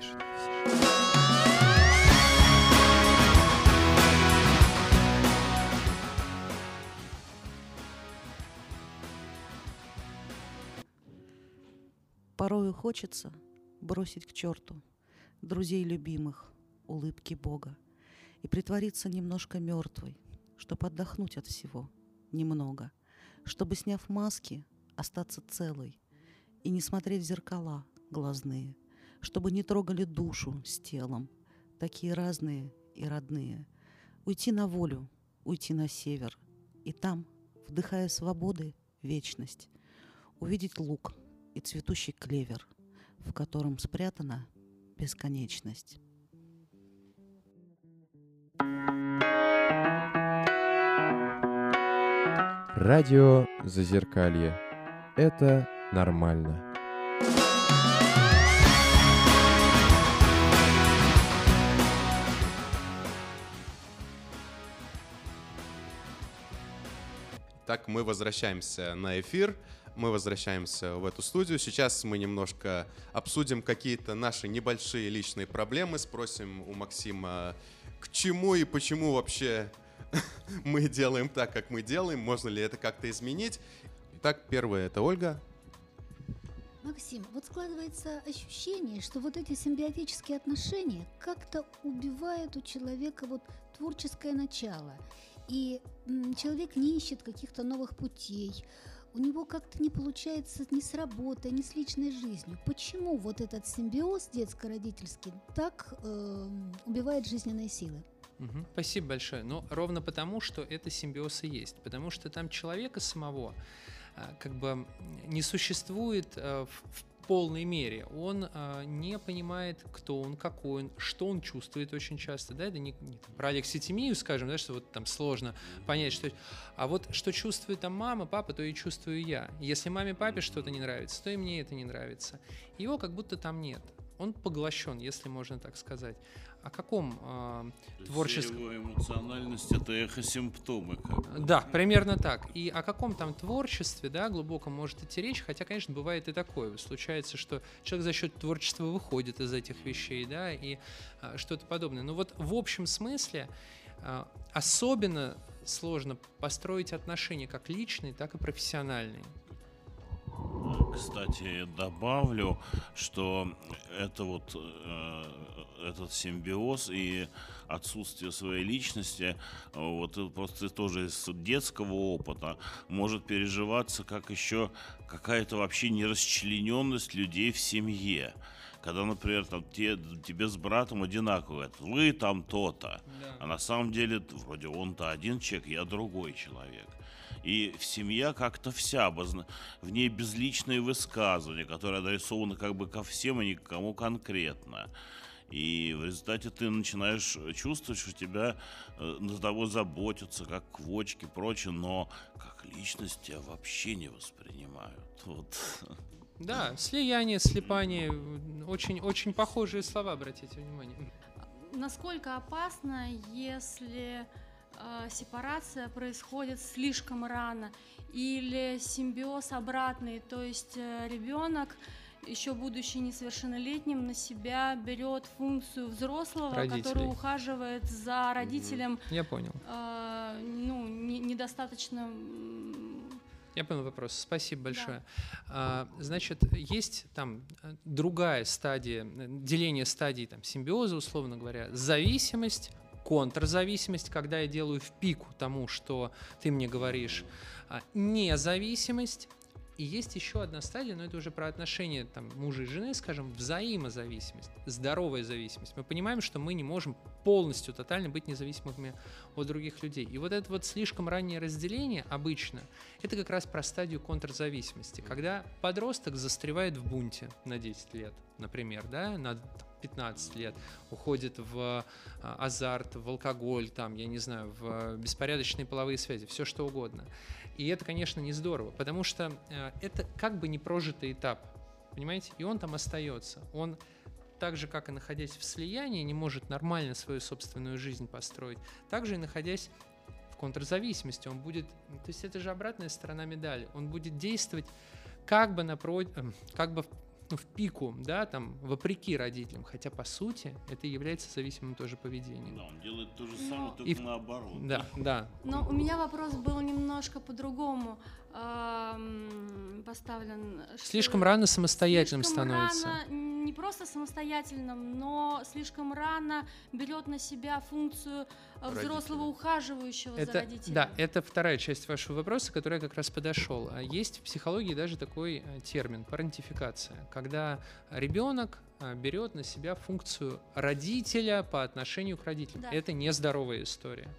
Порою хочется бросить к черту друзей любимых, улыбки Бога и притвориться немножко мертвой, чтобы отдохнуть от всего немного, чтобы, сняв маски, остаться целой и не смотреть в зеркала глазные, чтобы не трогали душу с телом, такие разные и родные, уйти на волю, уйти на север и там, вдыхая свободы, вечность, увидеть луг и цветущий клевер, в котором спрятана бесконечность. Радио Зазеркалье. Это нормально. Так, мы возвращаемся на эфир, мы возвращаемся в эту студию. Сейчас мы немножко обсудим какие-то наши небольшие личные проблемы, спросим у Максима, к чему и почему вообще мы делаем так, как мы делаем, можно ли это как-то изменить. Итак, первое — это Ольга. Максим, вот складывается ощущение, что вот эти симбиотические отношения как-то убивают у человека вот творческое начало. И человек не ищет каких-то новых путей, у него как-то не получается ни с работой, ни с личной жизнью. Почему вот этот симбиоз детско-родительский так убивает жизненные силы? Спасибо большое. Но ровно потому, что это симбиоз и есть. Потому что там человека самого как бы не существует в полной мере. Он не понимает, кто он, какой он, что он чувствует очень часто. Да? Это не про алекситимию, скажем, да, что вот там сложно понять, что... А вот что чувствует там мама, папа, то и чувствую я. Если маме, папе что-то не нравится, то и мне это не нравится. Его как будто там нет. Он поглощен, если можно так сказать. О каком творческом... Его эмоциональность — это эхосимптомы. Да, примерно так. И о каком там творчестве, да, глубоком может идти речь, хотя, конечно, бывает и такое. Случается, что человек за счет творчества выходит из этих вещей, да, и что-то подобное. Но вот в общем смысле особенно сложно построить отношения как личные, так и профессиональные. Кстати, добавлю, что это вот этот симбиоз и отсутствие своей личности, вот это просто тоже из детского опыта может переживаться как еще какая-то вообще нерасчлененность людей в семье. Когда, например, там, тебе с братом одинаково, вы там то-то, а на самом деле вроде он-то один человек, я другой человек. И семья как-то вся, в ней безличные высказывания, которые адресованы как бы ко всем, а не к кому конкретно. И в результате ты начинаешь чувствовать, что тебя за тобой заботятся, как квочки и прочее, но как личность тебя вообще не воспринимают. Вот. Да, слияние, слипание, очень, очень похожие слова, обратите внимание. Насколько опасно, если сепарация происходит слишком рано или симбиоз обратный, то есть ребенок, еще будучи несовершеннолетним, на себя берет функцию взрослого, Родителей. который ухаживает за родителем. Я понял. Недостаточно. Я понял вопрос. Спасибо большое. Значит, есть там другая стадия, деление стадий там, симбиоза, условно говоря, зависимость, контрзависимость, когда я делаю в пику тому, что ты мне говоришь, независимость. И есть еще одна стадия, но это уже про отношения там, мужа и жены, скажем, взаимозависимость, здоровая зависимость. Мы понимаем, что мы не можем полностью, тотально быть независимыми от других людей. И вот это вот слишком раннее разделение обычно, это как раз про стадию контрзависимости, когда подросток застревает в бунте на 10 лет, например, да, на 15 лет, уходит в азарт, в алкоголь, там, я не знаю, в беспорядочные половые связи, все что угодно. И это, конечно, не здорово, потому что это как бы не прожитый этап, понимаете? И он там остается. Он так же, как и находясь в слиянии, не может нормально свою собственную жизнь построить, так же и находясь в контрзависимости, он будет, то есть это же обратная сторона медали, он будет действовать как бы в пику, да, там, вопреки родителям, хотя по сути это является зависимым тоже поведением. Да, он делает то же самое, только наоборот. Да. Но у меня вопрос был немножко по-другому поставлен. Слишком рано самостоятельным становится. Рано, не просто самостоятельным, но слишком рано берет на себя функцию взрослого ухаживающего за родителями. Да, это вторая часть вашего вопроса, к которой я как раз подошел. Есть в психологии даже такой термин – парентификация, когда ребенок берет на себя функцию родителя по отношению к родителям. Да. Это нездоровая история.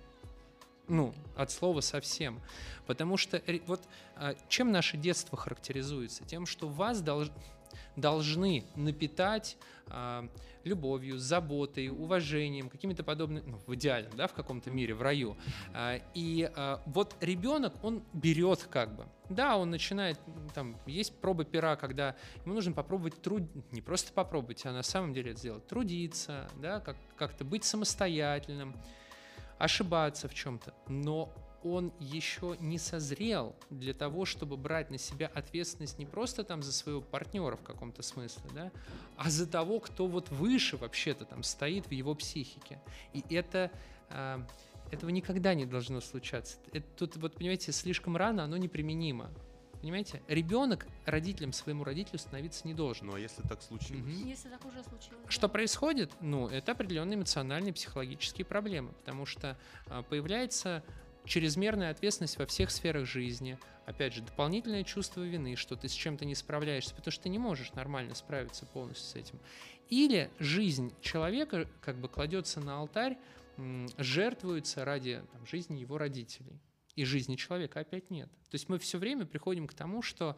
От слова совсем. Потому что вот чем наше детство характеризуется? Тем, что вас должны напитать любовью, заботой, уважением, какими-то подобными, в идеале, да, в каком-то мире, в раю. И вот ребенок, он берет как бы. Да, он начинает, там, есть проба пера, когда ему нужно попробовать не просто попробовать, а на самом деле это сделать, трудиться, да, как-то быть самостоятельным, ошибаться в чем-то, но он еще не созрел для того, чтобы брать на себя ответственность не просто там за своего партнера в каком-то смысле, да, а за того, кто вот выше вообще-то там стоит в его психике. И этого никогда не должно случаться. Тут, вот, понимаете, слишком рано оно неприменимо. Понимаете? Ребенок своему родителю становиться не должен. Ну а если так случилось? Если так уже случилось. Что происходит? Это определенные эмоциональные, психологические проблемы, потому что появляется чрезмерная ответственность во всех сферах жизни. Опять же, дополнительное чувство вины, что ты с чем-то не справляешься, потому что ты не можешь нормально справиться полностью с этим. Или жизнь человека как бы кладется на алтарь, жертвуется ради жизни его родителей. И жизни человека опять нет. То есть мы все время приходим к тому, что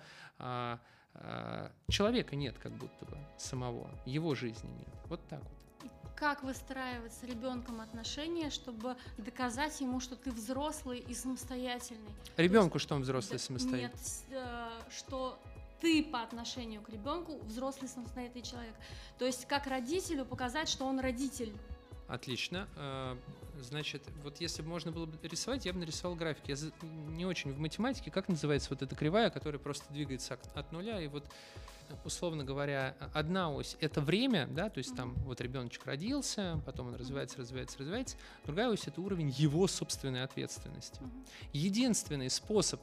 человека нет как будто бы самого, его жизни нет. Вот так вот. Как выстраивать с ребенком отношения, чтобы доказать ему, что ты взрослый и самостоятельный? Ребенку, что он взрослый и самостоятельный? Нет, что ты по отношению к ребенку взрослый самостоятельный человек. То есть как родителю показать, что он родитель. Отлично. Значит, вот если бы можно было бы рисовать, я бы нарисовал график. Я не очень в математике. Как называется вот эта кривая, которая просто двигается от нуля? И вот, условно говоря, одна ось – это время, да, то есть там вот ребеночек родился, потом он развивается. Другая ось – это уровень его собственной ответственности. Единственный способ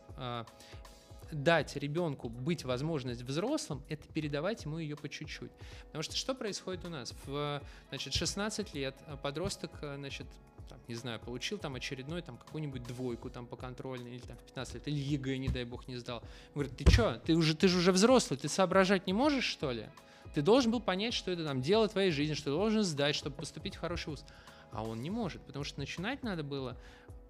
дать ребенку быть возможность взрослым, это передавать ему ее по чуть-чуть. Потому что происходит у нас? В 16 лет подросток, не знаю, получил там очередной какую-нибудь двойку там по контрольной, или там в 15 лет, или ЕГЭ, не дай бог, не сдал. Он говорит, ты что, ты же уже взрослый, ты соображать не можешь, что ли? Ты должен был понять, что это там дело твоей жизни, что ты должен сдать, чтобы поступить в хороший вуз. А он не может, потому что начинать надо было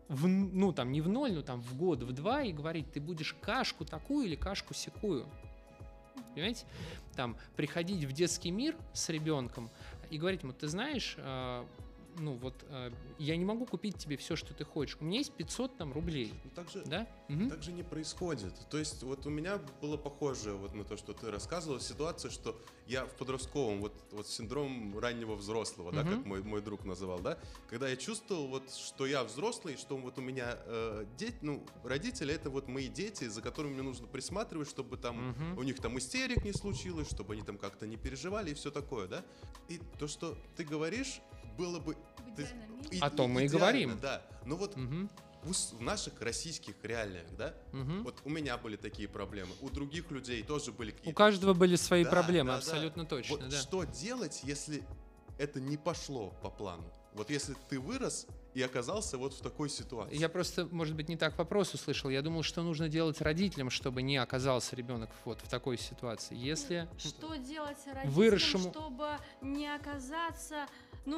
не в 0, в год, в 2 и говорить, ты будешь кашку такую или кашку сякую. Понимаете? Приходить в детский мир с ребенком и говорить ему: ты знаешь, я не могу купить тебе все, что ты хочешь. У меня есть 500 рублей. Да? Так же не происходит. То есть вот у меня было похоже вот на то, что ты рассказывал, ситуация, что я в подростковом, вот синдром раннего взрослого, да, как мой друг называл, да, когда я чувствовал, вот, что я взрослый, что вот у меня родители — это вот мои дети, за которыми мне нужно присматривать, чтобы там у них там истерик не случилось, чтобы они там как-то не переживали и все такое, да. И то, что ты говоришь, было бы... О том мы и говорим. Да. Но вот в наших российских реалиях, да, вот у меня были такие проблемы, у других людей тоже были какие-то... У каждого были свои проблемы, абсолютно точно. Вот да. Что делать, если это не пошло по плану? Вот если ты вырос и оказался вот в такой ситуации. Я просто, может быть, не так вопрос услышал. Я думал, что нужно делать родителям, чтобы не оказался ребенок вот в такой ситуации. Если что делать родителям, выросшему... чтобы не оказаться,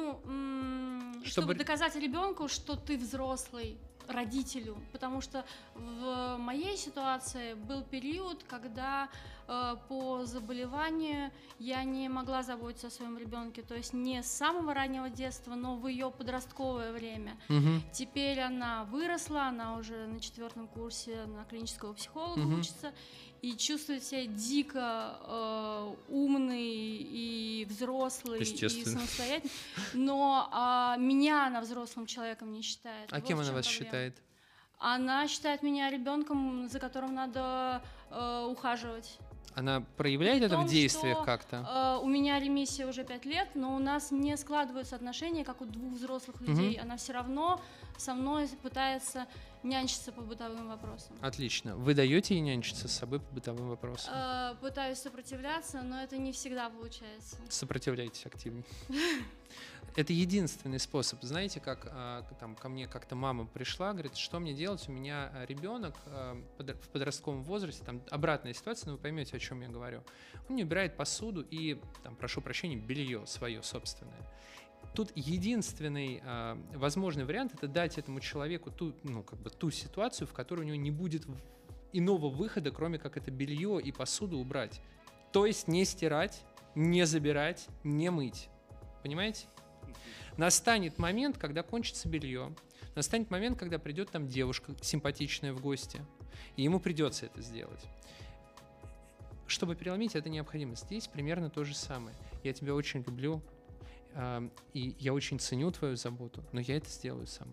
чтобы доказать ребенку, что ты взрослый, родителю, потому что в моей ситуации был период, когда по заболеванию я не могла заботиться о своем ребенке, то есть не с самого раннего детства, но в ее подростковое время. Теперь она выросла, она уже на 4 курсе на клинического психолога учится и чувствует себя дико умный и взрослый, и самостоятельный, но меня она взрослым человеком не считает. А кем она вас считает? Она считает меня ребенком, за которым надо ухаживать. Она проявляет это в действиях как-то? У меня ремиссия уже 5 лет, но у нас не складываются отношения, как у двух взрослых людей. Она все равно со мной пытается нянчиться по бытовым вопросам. Отлично. Вы даете ей нянчиться с собой по бытовым вопросам? Пытаюсь сопротивляться, но это не всегда получается. Сопротивляйтесь активнее. Это единственный способ. Знаете, как там ко мне как-то мама пришла, говорит, что мне делать? У меня ребенок в подростковом возрасте, там обратная ситуация, но вы поймете, о чем я говорю. Он не убирает посуду и, там, прошу прощения, белье свое собственное. Тут единственный возможный вариант — это дать этому человеку ту ситуацию, в которой у него не будет иного выхода, кроме как это белье и посуду убрать. То есть не стирать, не забирать, не мыть. Понимаете? Настанет момент, когда кончится белье. Настанет момент, когда придет там девушка симпатичная в гости, и ему придется это сделать. Чтобы переломить, это необходимо. Здесь примерно то же самое. Я тебя очень люблю, и я очень ценю твою заботу, но я это сделаю сама.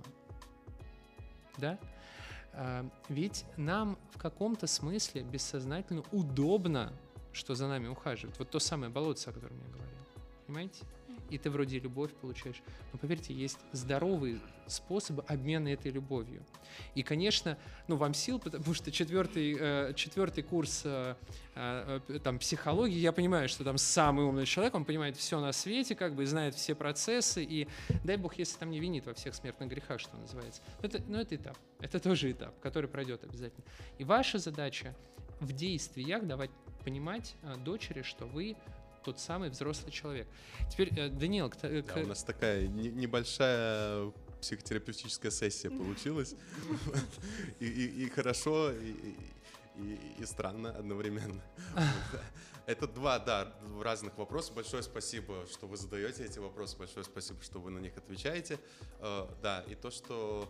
Да? Ведь нам в каком-то смысле бессознательно удобно, что за нами ухаживают. Вот то самое болотце, о котором я говорил. Понимаете? И ты вроде любовь получаешь. Но поверьте, есть здоровые способы обмена этой любовью. И, конечно, вам сил, потому что четвертый курс там, психологии, я понимаю, что там самый умный человек, он понимает все на свете, как бы, и знает все процессы, и дай бог, если там не винит во всех смертных грехах, что называется. Но это этап, это тоже этап, который пройдет обязательно. И ваша задача в действиях давать понимать дочери, что вы тот самый взрослый человек. Теперь, Даниил... у нас такая небольшая психотерапевтическая сессия получилась. И хорошо, и странно одновременно. Это два разных вопроса. Большое спасибо, что вы задаете эти вопросы. Большое спасибо, что вы на них отвечаете. Да, и то, что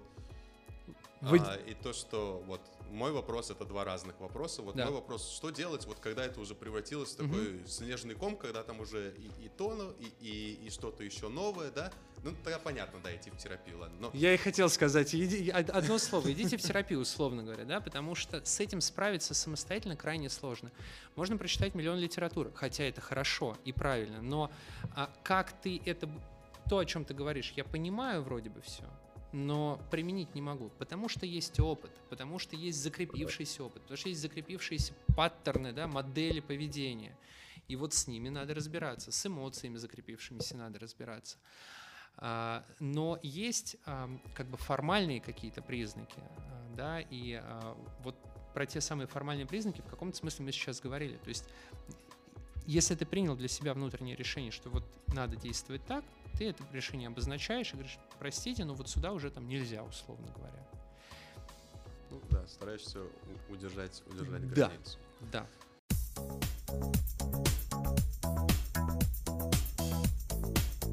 вот мой вопрос — это два разных вопроса. Вот мой вопрос: что делать, вот когда это уже превратилось в такой снежный ком, когда там уже и то, и что-то еще новое, да? Ну, тогда понятно, да, идти в терапию, ладно. Но... Я и хотел сказать, одно слово, идите в терапию, условно говоря, да, потому что с этим справиться самостоятельно крайне сложно. Можно прочитать миллион литературы, хотя это хорошо и правильно, но как ты это, то, о чем ты говоришь, я понимаю вроде бы все, но применить не могу, потому что есть опыт, потому что есть закрепившийся опыт, потому что есть закрепившиеся паттерны, да, модели поведения. И вот с ними надо разбираться, с эмоциями закрепившимися надо разбираться. Но есть как бы формальные какие-то признаки, да, и вот про те самые формальные признаки в каком-то смысле мы сейчас говорили. То есть если ты принял для себя внутреннее решение, что вот надо действовать так, ты это решение обозначаешь и говоришь: простите, но вот сюда уже там нельзя, условно говоря. Ну да, стараешься удержать границу. Да.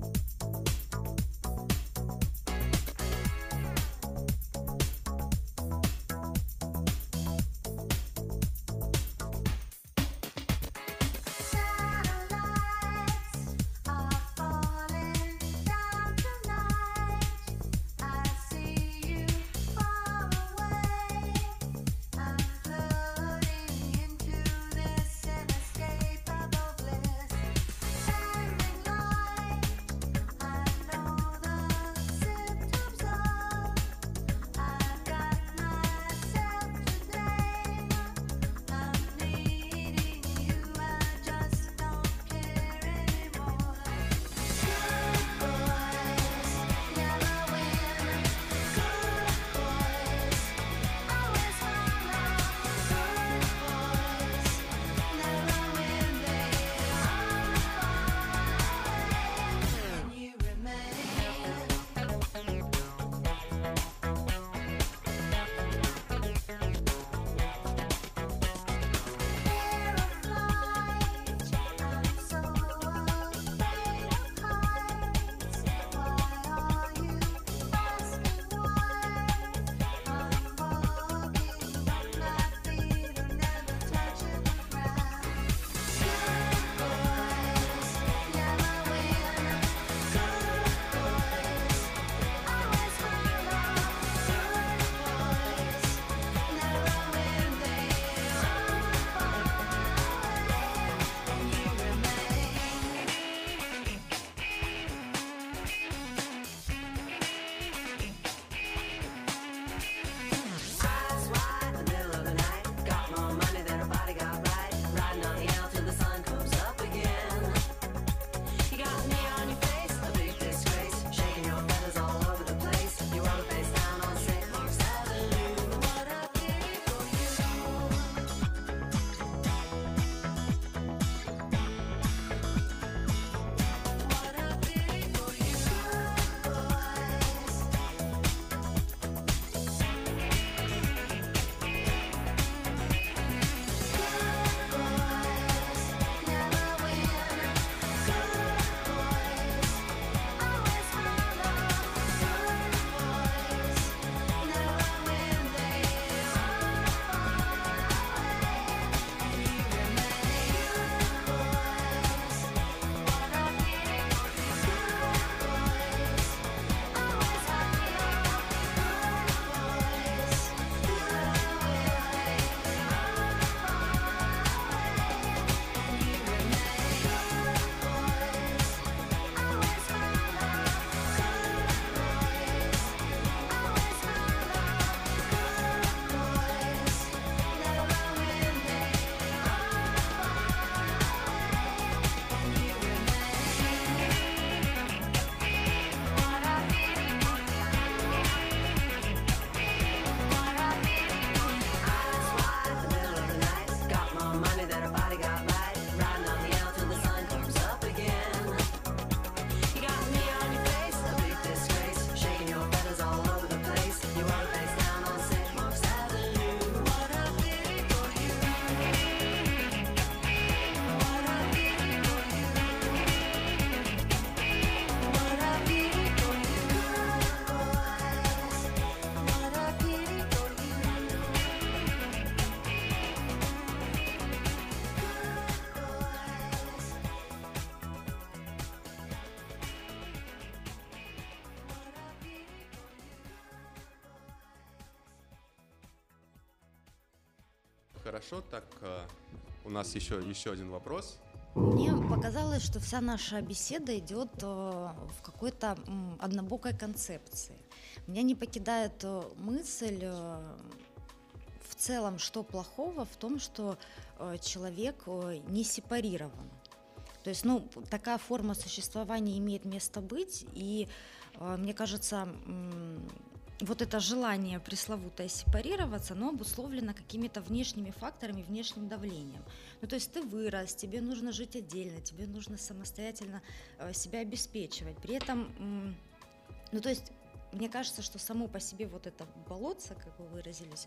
Хорошо, так у нас еще один вопрос. Мне показалось, что вся наша беседа идет в какой-то однобокой концепции. Меня не покидает мысль в целом, что плохого в том, что человек не сепарирован. То есть, такая форма существования имеет место быть, и мне кажется, вот это желание пресловутое сепарироваться, оно обусловлено какими-то внешними факторами, внешним давлением. То есть ты вырос, тебе нужно жить отдельно, тебе нужно самостоятельно себя обеспечивать. При этом, то есть мне кажется, что само по себе вот это болотце, как вы выразились,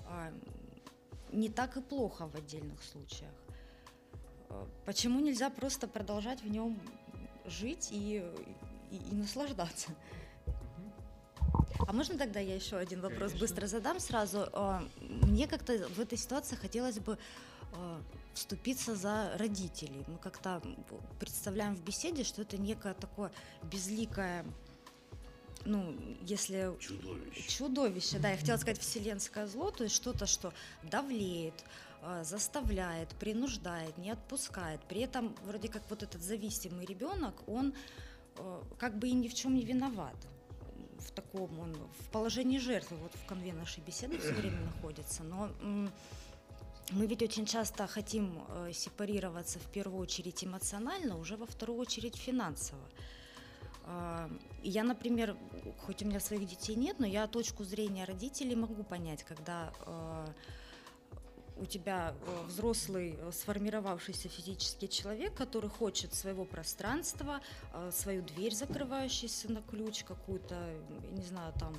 не так и плохо в отдельных случаях. Почему нельзя просто продолжать в нем жить и наслаждаться? А можно тогда я еще один вопрос быстро задам сразу? Мне как-то в этой ситуации хотелось бы вступиться за родителей. Мы как-то представляем в беседе, что это некое такое безликое, если... Чудовище, да, я хотела сказать вселенское зло, то есть что-то, что давлеет, заставляет, принуждает, не отпускает. При этом вроде как вот этот зависимый ребенок, он как бы и ни в чем не виноват. Он в положении жертвы, вот в конве нашей беседы все время находится. Но мы ведь очень часто хотим сепарироваться в первую очередь эмоционально, уже во вторую очередь финансово. Я, например, хоть у меня своих детей нет, но я точку зрения родителей могу понять, когда у тебя взрослый, сформировавшийся физический человек, который хочет своего пространства, свою дверь, закрывающуюся на ключ, какую-то, не знаю, там,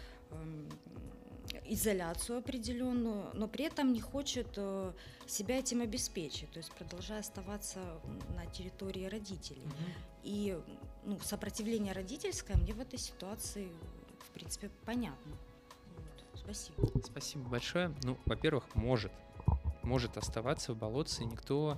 изоляцию определенную, но при этом не хочет себя этим обеспечить, то есть продолжая оставаться на территории родителей. И сопротивление родительское мне в этой ситуации, в принципе, понятно. Спасибо. Спасибо большое. Во-первых, может оставаться в болотце, и никто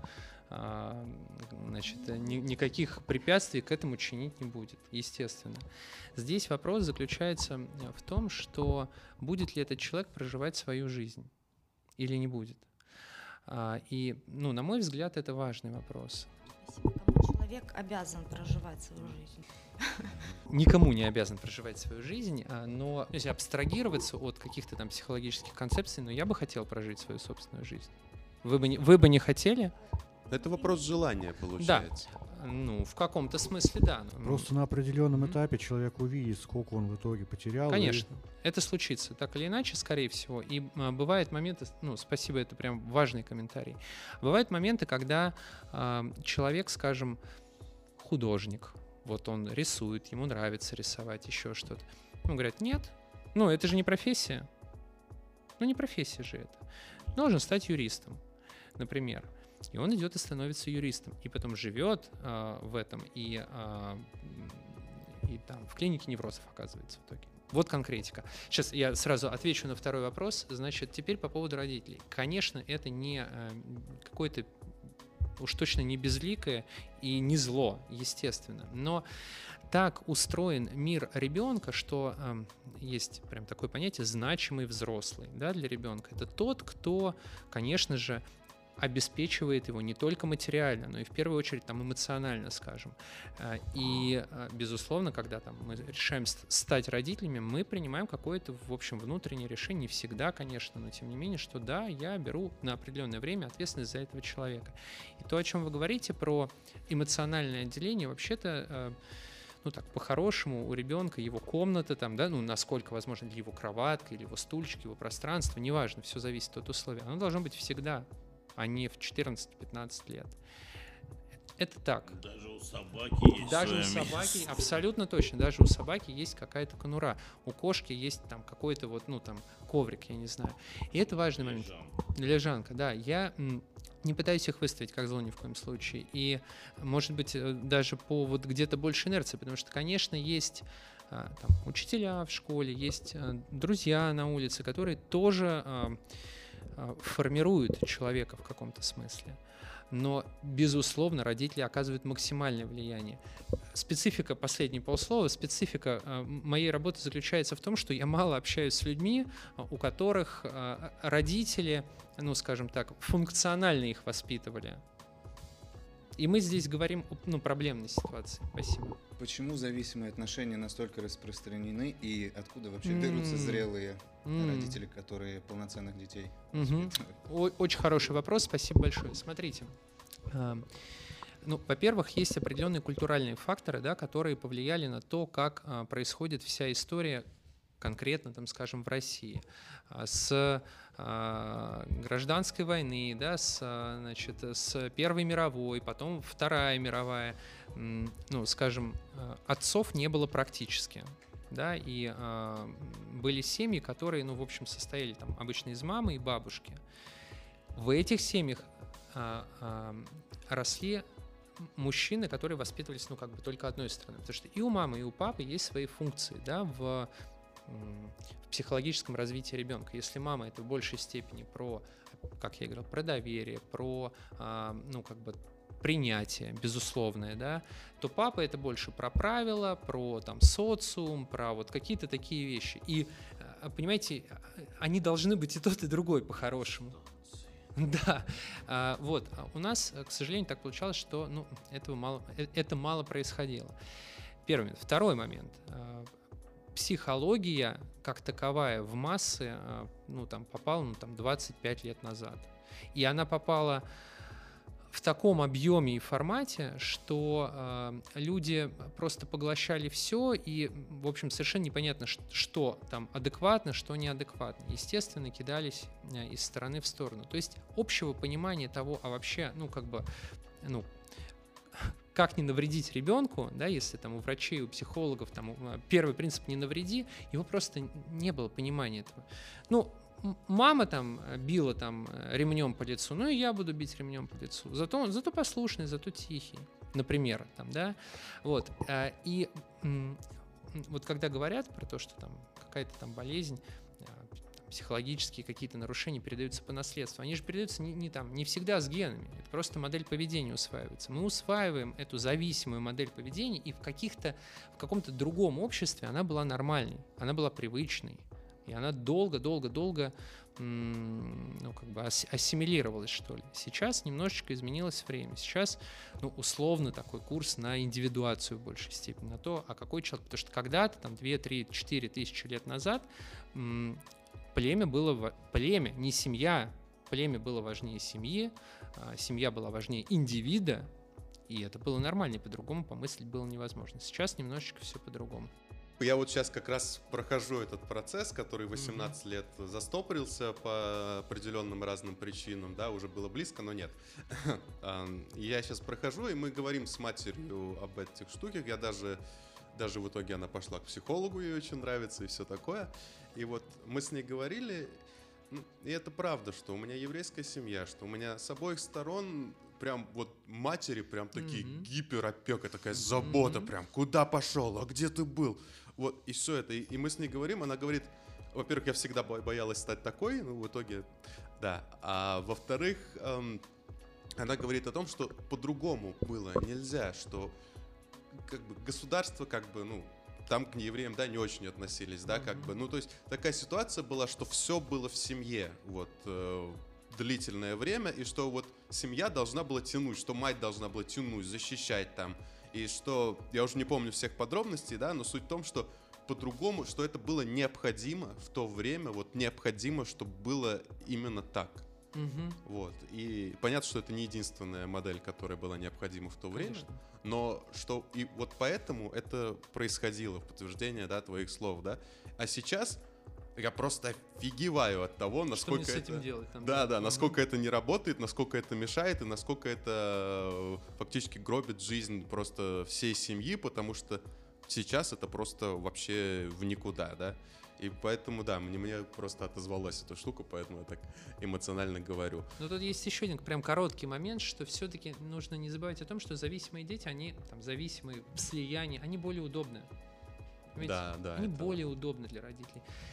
никаких препятствий к этому чинить не будет, естественно. Здесь вопрос заключается в том, что будет ли этот человек проживать свою жизнь или не будет. И, на мой взгляд, это важный вопрос. Спасибо. Кому человек обязан проживать свою жизнь? Никому не обязан проживать свою жизнь, но если абстрагироваться от каких-то там психологических концепций, я бы хотел прожить свою собственную жизнь. Вы бы не хотели? Это вопрос желания, получается. Да. В каком-то смысле, да. Просто на определенном этапе человек увидит, сколько он в итоге потерял. Конечно. Это случится, так или иначе, скорее всего. И бывают моменты, спасибо, это прям важный комментарий. Бывают моменты, когда человек, скажем, художник, вот он рисует, ему нравится рисовать, еще что-то. Говорят, нет, это же не профессия. Не профессия же это. Должен стать юристом, например. И он идет и становится юристом. И потом живет в этом, и там в клинике неврозов оказывается в итоге. Вот конкретика. Сейчас я сразу отвечу на второй вопрос. Значит, теперь по поводу родителей. Конечно, это не какое-то, уж точно не безликое и не зло, естественно. Но так устроен мир ребенка, что есть прям такое понятие значимый взрослый, да, для ребенка. Это тот, кто, конечно же, обеспечивает его не только материально, но и в первую очередь там эмоционально, скажем. И, безусловно, когда там мы решаем стать родителями, мы принимаем какое-то, в общем, внутреннее решение, не всегда, конечно, но тем не менее, что да, я беру на определенное время ответственность за этого человека. И то, о чем вы говорите про эмоциональное отделение, вообще-то, по-хорошему, у ребенка его комната, там, да, насколько возможно, или его кроватка, или его стульчик, его пространство, неважно, все зависит от условий. Оно должно быть всегда, а не в 14-15 лет. Это так. Даже у собаки есть. Даже у собаки, абсолютно точно, даже у собаки есть какая-то конура. У кошки есть там какой-то коврик, я не знаю. И это важный момент. Лежанка, да. Я не пытаюсь их выставить как зло ни в коем случае. И, может быть, даже по где-то больше инерции, потому что, конечно, есть учителя в школе, есть друзья на улице, которые тоже формируют человека в каком-то смысле. но, безусловно, родители оказывают максимальное влияние. Специфика, последнее полслова, специфика моей работы заключается в том, что я мало общаюсь с людьми, у которых родители, ну, скажем так, функционально их воспитывали. И мы здесь говорим о проблемной ситуации. Спасибо. Почему зависимые отношения настолько распространены и откуда вообще берутся зрелые родители, которые полноценных детей воспитывают? Очень хороший вопрос, спасибо большое. Смотрите, ну, во-первых, есть определенные культуральные факторы, да, которые повлияли на то, как происходит вся история конкретно, там, скажем, в России. С гражданской войны, да, с Первой мировой, потом Вторая мировая, ну, скажем, отцов не было практически. Да, и были семьи, которые, ну, в общем, состояли там обычно из мамы и бабушки. В этих семьях росли мужчины, которые воспитывались, ну, как бы только одной стороны. Потому что и у мамы, и у папы есть свои функции, да, в психологическом развитии ребенка. Если мама — это в большей степени про, как я говорил, про доверие, про, ну, как бы, принятие безусловное, да, то папа — это больше про правила, про там социум, про вот какие-то такие вещи. И, понимаете, они должны быть и тот, и другой по-хорошему. Да, вот. У нас, к сожалению, так получалось, что, ну, это мало происходило. Первый момент. Второй момент. Психология как таковая в массы, ну, там, попала, ну, там, 25 лет назад. И она попала в таком объеме и формате, что люди просто поглощали все, и, в общем, совершенно непонятно, что там адекватно, что неадекватно. Естественно, кидались из стороны в сторону. То есть общего понимания того, а вообще, ну, как бы, ну, как не навредить ребенку, да, если там у врачей, у психологов там первый принцип «не навреди», его просто не было понимания этого. Ну, мама там била там ремнем по лицу, ну и я буду бить ремнем по лицу. Зато послушный, зато тихий, например, там, да, вот. И вот когда говорят про то, что там какая-то там болезнь, психологические какие-то нарушения передаются по наследству, они же передаются не всегда с генами, это просто модель поведения усваивается. Мы усваиваем эту зависимую модель поведения, и в каком-то другом обществе она была нормальной, она была привычной, и она долго-долго-долго, ну, как бы ассимилировалась, что ли. Сейчас немножечко изменилось время. Сейчас, ну, условно такой курс на индивидуацию в большей степени, на то, а какой человек. Потому что когда-то, там, 2, 3, 4 тысячи лет назад племя, не семья, племя было важнее семьи, семья была важнее индивида, и это было нормально, и по-другому помыслить было невозможно. Сейчас немножечко все по-другому. Я вот сейчас как раз прохожу этот процесс, который 18 лет застопорился по определенным разным причинам, да, уже было близко, но нет. Я сейчас прохожу, и мы говорим с матерью об этих штуках, я даже в итоге она пошла к психологу, ей очень нравится и все такое. И вот мы с ней говорили, и это правда, что у меня еврейская семья, что у меня с обоих сторон прям вот матери прям такие гиперопека, такая забота прям, куда пошел, а где ты был? Вот, и все это. И мы с ней говорим, она говорит, во-первых, я всегда боялась стать такой, ну, в итоге, да. А во-вторых, она говорит о том, что по-другому было нельзя, что как бы государство как бы, ну, там к неевреям, да, не очень относились, да, как бы, ну, то есть такая ситуация была, что все было в семье, вот, длительное время, и что вот семья должна была тянуть, что мать должна была тянуть, защищать там, и что, я уже не помню всех подробностей, да, но суть в том, что по-другому, что это было необходимо в то время, вот необходимо, чтобы было именно так. Вот. И понятно, что это не единственная модель, которая была необходима в то время, но что и вот поэтому это происходило в подтверждение, да, твоих слов, да. А сейчас я просто офигеваю от того, насколько что мне с этим делать, там, да, насколько это не работает, насколько это мешает и насколько это фактически гробит жизнь просто всей семьи, потому что сейчас это просто вообще в никуда, да. И поэтому, да, мне просто отозвалась эта штука, поэтому я так эмоционально говорю. Но тут есть еще один прям короткий момент, что все-таки нужно не забывать о том, что зависимые дети, они там зависимые в слиянии, они более удобны. Да, они более удобны для родителей.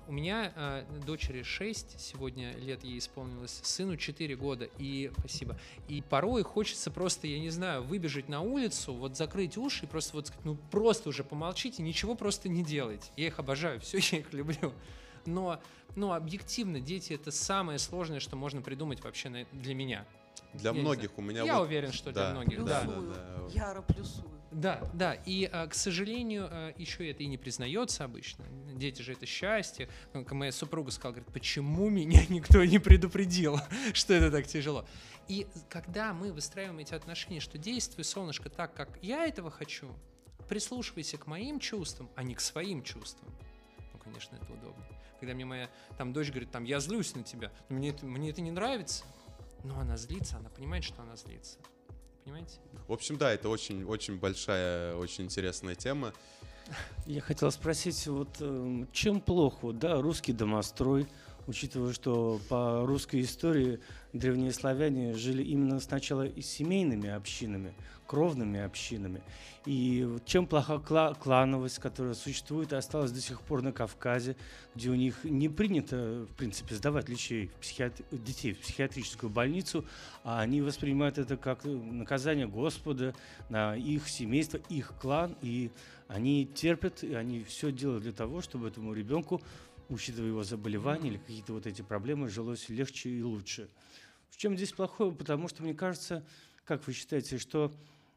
У меня дочери 6, сегодня лет ей исполнилось, сыну 4 года, и спасибо. И порой хочется просто, я не знаю, выбежать на улицу, вот закрыть уши и просто вот сказать, ну просто уже помолчите, ничего просто не делайте. Я их обожаю, все, я их люблю. Но объективно, дети — это самое сложное, что можно придумать вообще для меня. Для многих у меня... Я уверен, что для многих, да. Яро плюсую. Да, и, к сожалению, еще это и не признается обычно. Дети же — это счастье. Как моя супруга сказала, говорит, почему меня никто не предупредил, что это так тяжело. И когда мы выстраиваем эти отношения, что действуй, солнышко, так, как я этого хочу, прислушивайся к моим чувствам, а не к своим чувствам. Ну, конечно, это удобно. Когда мне моя дочь говорит, я злюсь на тебя, мне это не нравится, но она злится, она понимает, что она злится. Понимаете? В общем, да, это очень большая, очень интересная тема. Я хотел спросить, чем плох русский домострой, учитывая, что по русской истории древние славяне жили именно сначала и семейными общинами, кровными общинами. И чем плоха клановость, которая существует и осталась до сих пор на Кавказе, где у них не принято, в принципе, сдавать детей в психиатрическую больницу, а они воспринимают это как наказание Господа на их семейство, их клан, и они терпят, и они все делают для того, чтобы этому ребенку, учитывая его заболевания или какие-то вот эти проблемы, жилось легче и лучше. В чем здесь плохое? Потому что, мне кажется, как вы считаете, что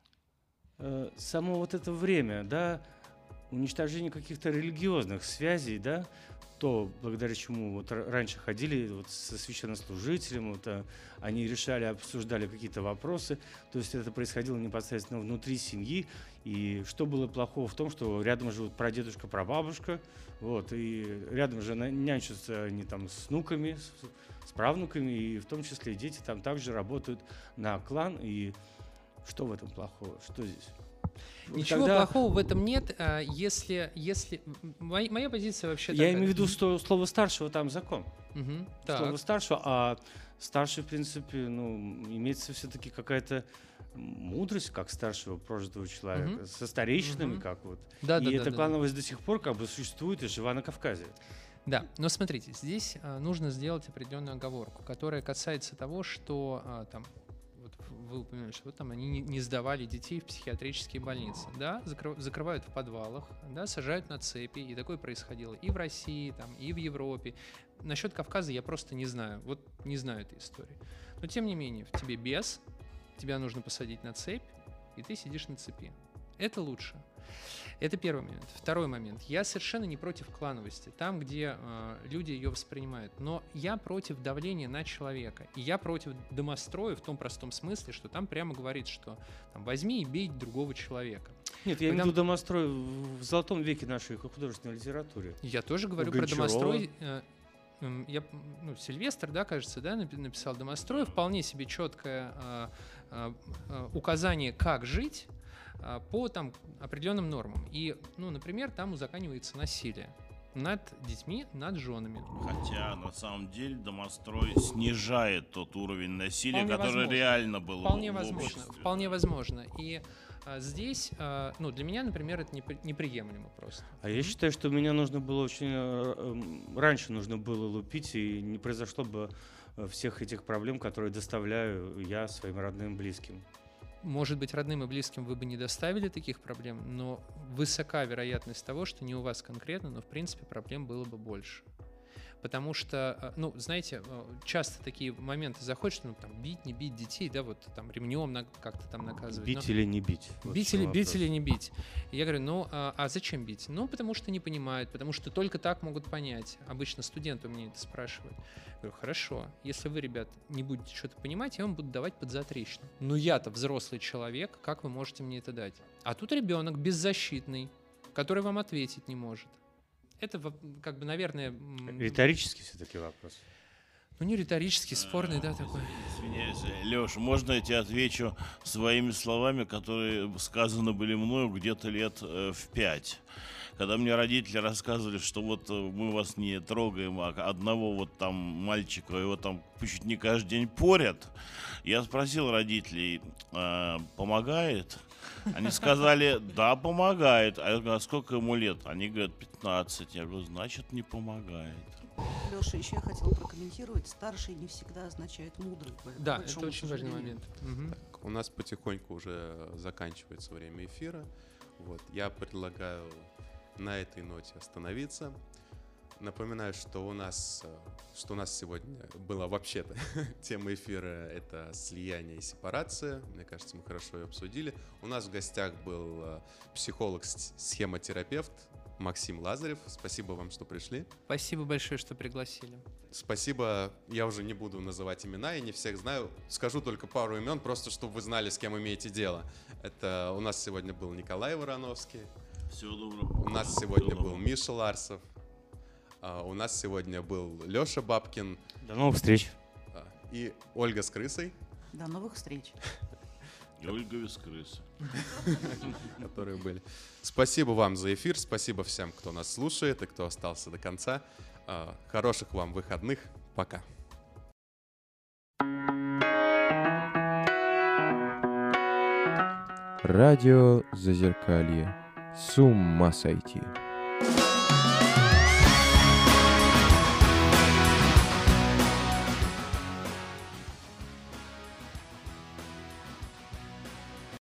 само вот это время, уничтожение каких-то религиозных связей, то, благодаря чему раньше ходили со священнослужителем, они решали, обсуждали какие-то вопросы, то есть это происходило непосредственно внутри семьи, и что было плохого в том, что рядом живут прадедушка, прабабушка, и рядом же нянчатся они с внуками, с правнуками, и в том числе дети там также работают на клан, и что в этом плохого, что здесь? Ничего плохого в этом нет, если моя позиция вообще Я имею в виду, что слово старшего там закон. Слово старшего, а старший, в принципе, имеется все-таки какая-то мудрость, как старшего прожитого человека, со старейшинами, как и эта клановость до сих пор существует и жива на Кавказе. Да, но смотрите, здесь нужно сделать определенную оговорку, которая касается того, что вы упомянули, что они не сдавали детей в психиатрические больницы. Да, закрывают в подвалах, сажают на цепи, и такое происходило и в России, и в Европе. Насчет Кавказа я просто не знаю, не знаю этой истории. Но тем не менее, в тебе бес, тебя нужно посадить на цепь, и ты сидишь на цепи. Это лучше. Это первый момент. Второй момент. Я совершенно не против клановости, там, где люди ее воспринимают. Но я против давления на человека. И я против домостроя в том простом смысле, что там прямо говорит, что возьми и бей другого человека. Нет, я имею в виду домострой в золотом веке нашей художественной литературе. Я тоже говорю про домострой. Сильвестр, кажется, написал домострой. Вполне себе четкое указание, как жить по определенным нормам. И, например, там узаконивается насилие над детьми, над женами. Хотя, на самом деле, домострой снижает тот уровень насилия, который реально был в обществе. Вполне возможно. И здесь, для меня, например, это неприемлемо просто. А я считаю, что меня нужно было раньше нужно было лупить, и не произошло бы всех этих проблем, которые доставляю я своим родным и близким. Может быть, родным и близким вы бы не доставили таких проблем, но высока вероятность того, что не у вас конкретно, но в принципе проблем было бы больше. Потому что, знаете, часто такие моменты заходят, что бить, не бить детей, ремнем как-то наказывать. Бить или не бить? Бить или не бить. И я говорю, а зачем бить? Потому что не понимают, потому что только так могут понять. Обычно студенты у меня это спрашивают. Я говорю, хорошо, если вы, ребят, не будете что-то понимать, я вам буду давать подзатрещину. Но я-то взрослый человек, как вы можете мне это дать? А тут ребенок беззащитный, который вам ответить не может. Это, наверное... Риторический все-таки вопрос. Не риторический, спорный, такой. Извиняюсь, Леша, можно я тебе отвечу своими словами, которые сказаны были мною где-то лет в 5. Когда мне родители рассказывали, что мы вас не трогаем, а одного мальчика, его чуть не каждый день порят, я спросил родителей, помогает? Они сказали, да, помогает. А я говорю, а сколько ему лет? Они говорят, 15. Я говорю, значит, не помогает. Леша, еще я хотела прокомментировать. Старший не всегда означает мудрый. Да, это очень важный момент. Так, у нас потихоньку уже заканчивается время эфира. Вот, я предлагаю на этой ноте остановиться. Напоминаю, что у нас сегодня была вообще-то тема эфира — это слияние и сепарация. Мне кажется, мы хорошо ее обсудили. У нас в гостях был психолог-схемотерапевт Максим Лазарев. Спасибо вам, что пришли. Спасибо большое, что пригласили. Спасибо. Я уже не буду называть имена, я не всех знаю. Скажу только пару имен, просто чтобы вы знали, с кем имеете дело. Это у нас сегодня был Николай Вороновский. Всего доброго. У нас сегодня был Миша Ларсов. У нас сегодня был Леша Бабкин. До новых встреч. И Ольга с крысой. До новых встреч. И Ольга без крысы. Которые были. Спасибо вам за эфир. Спасибо всем, кто нас слушает и кто остался до конца. Хороших вам выходных. Пока. Радио Зазеркалье. С ума сойти.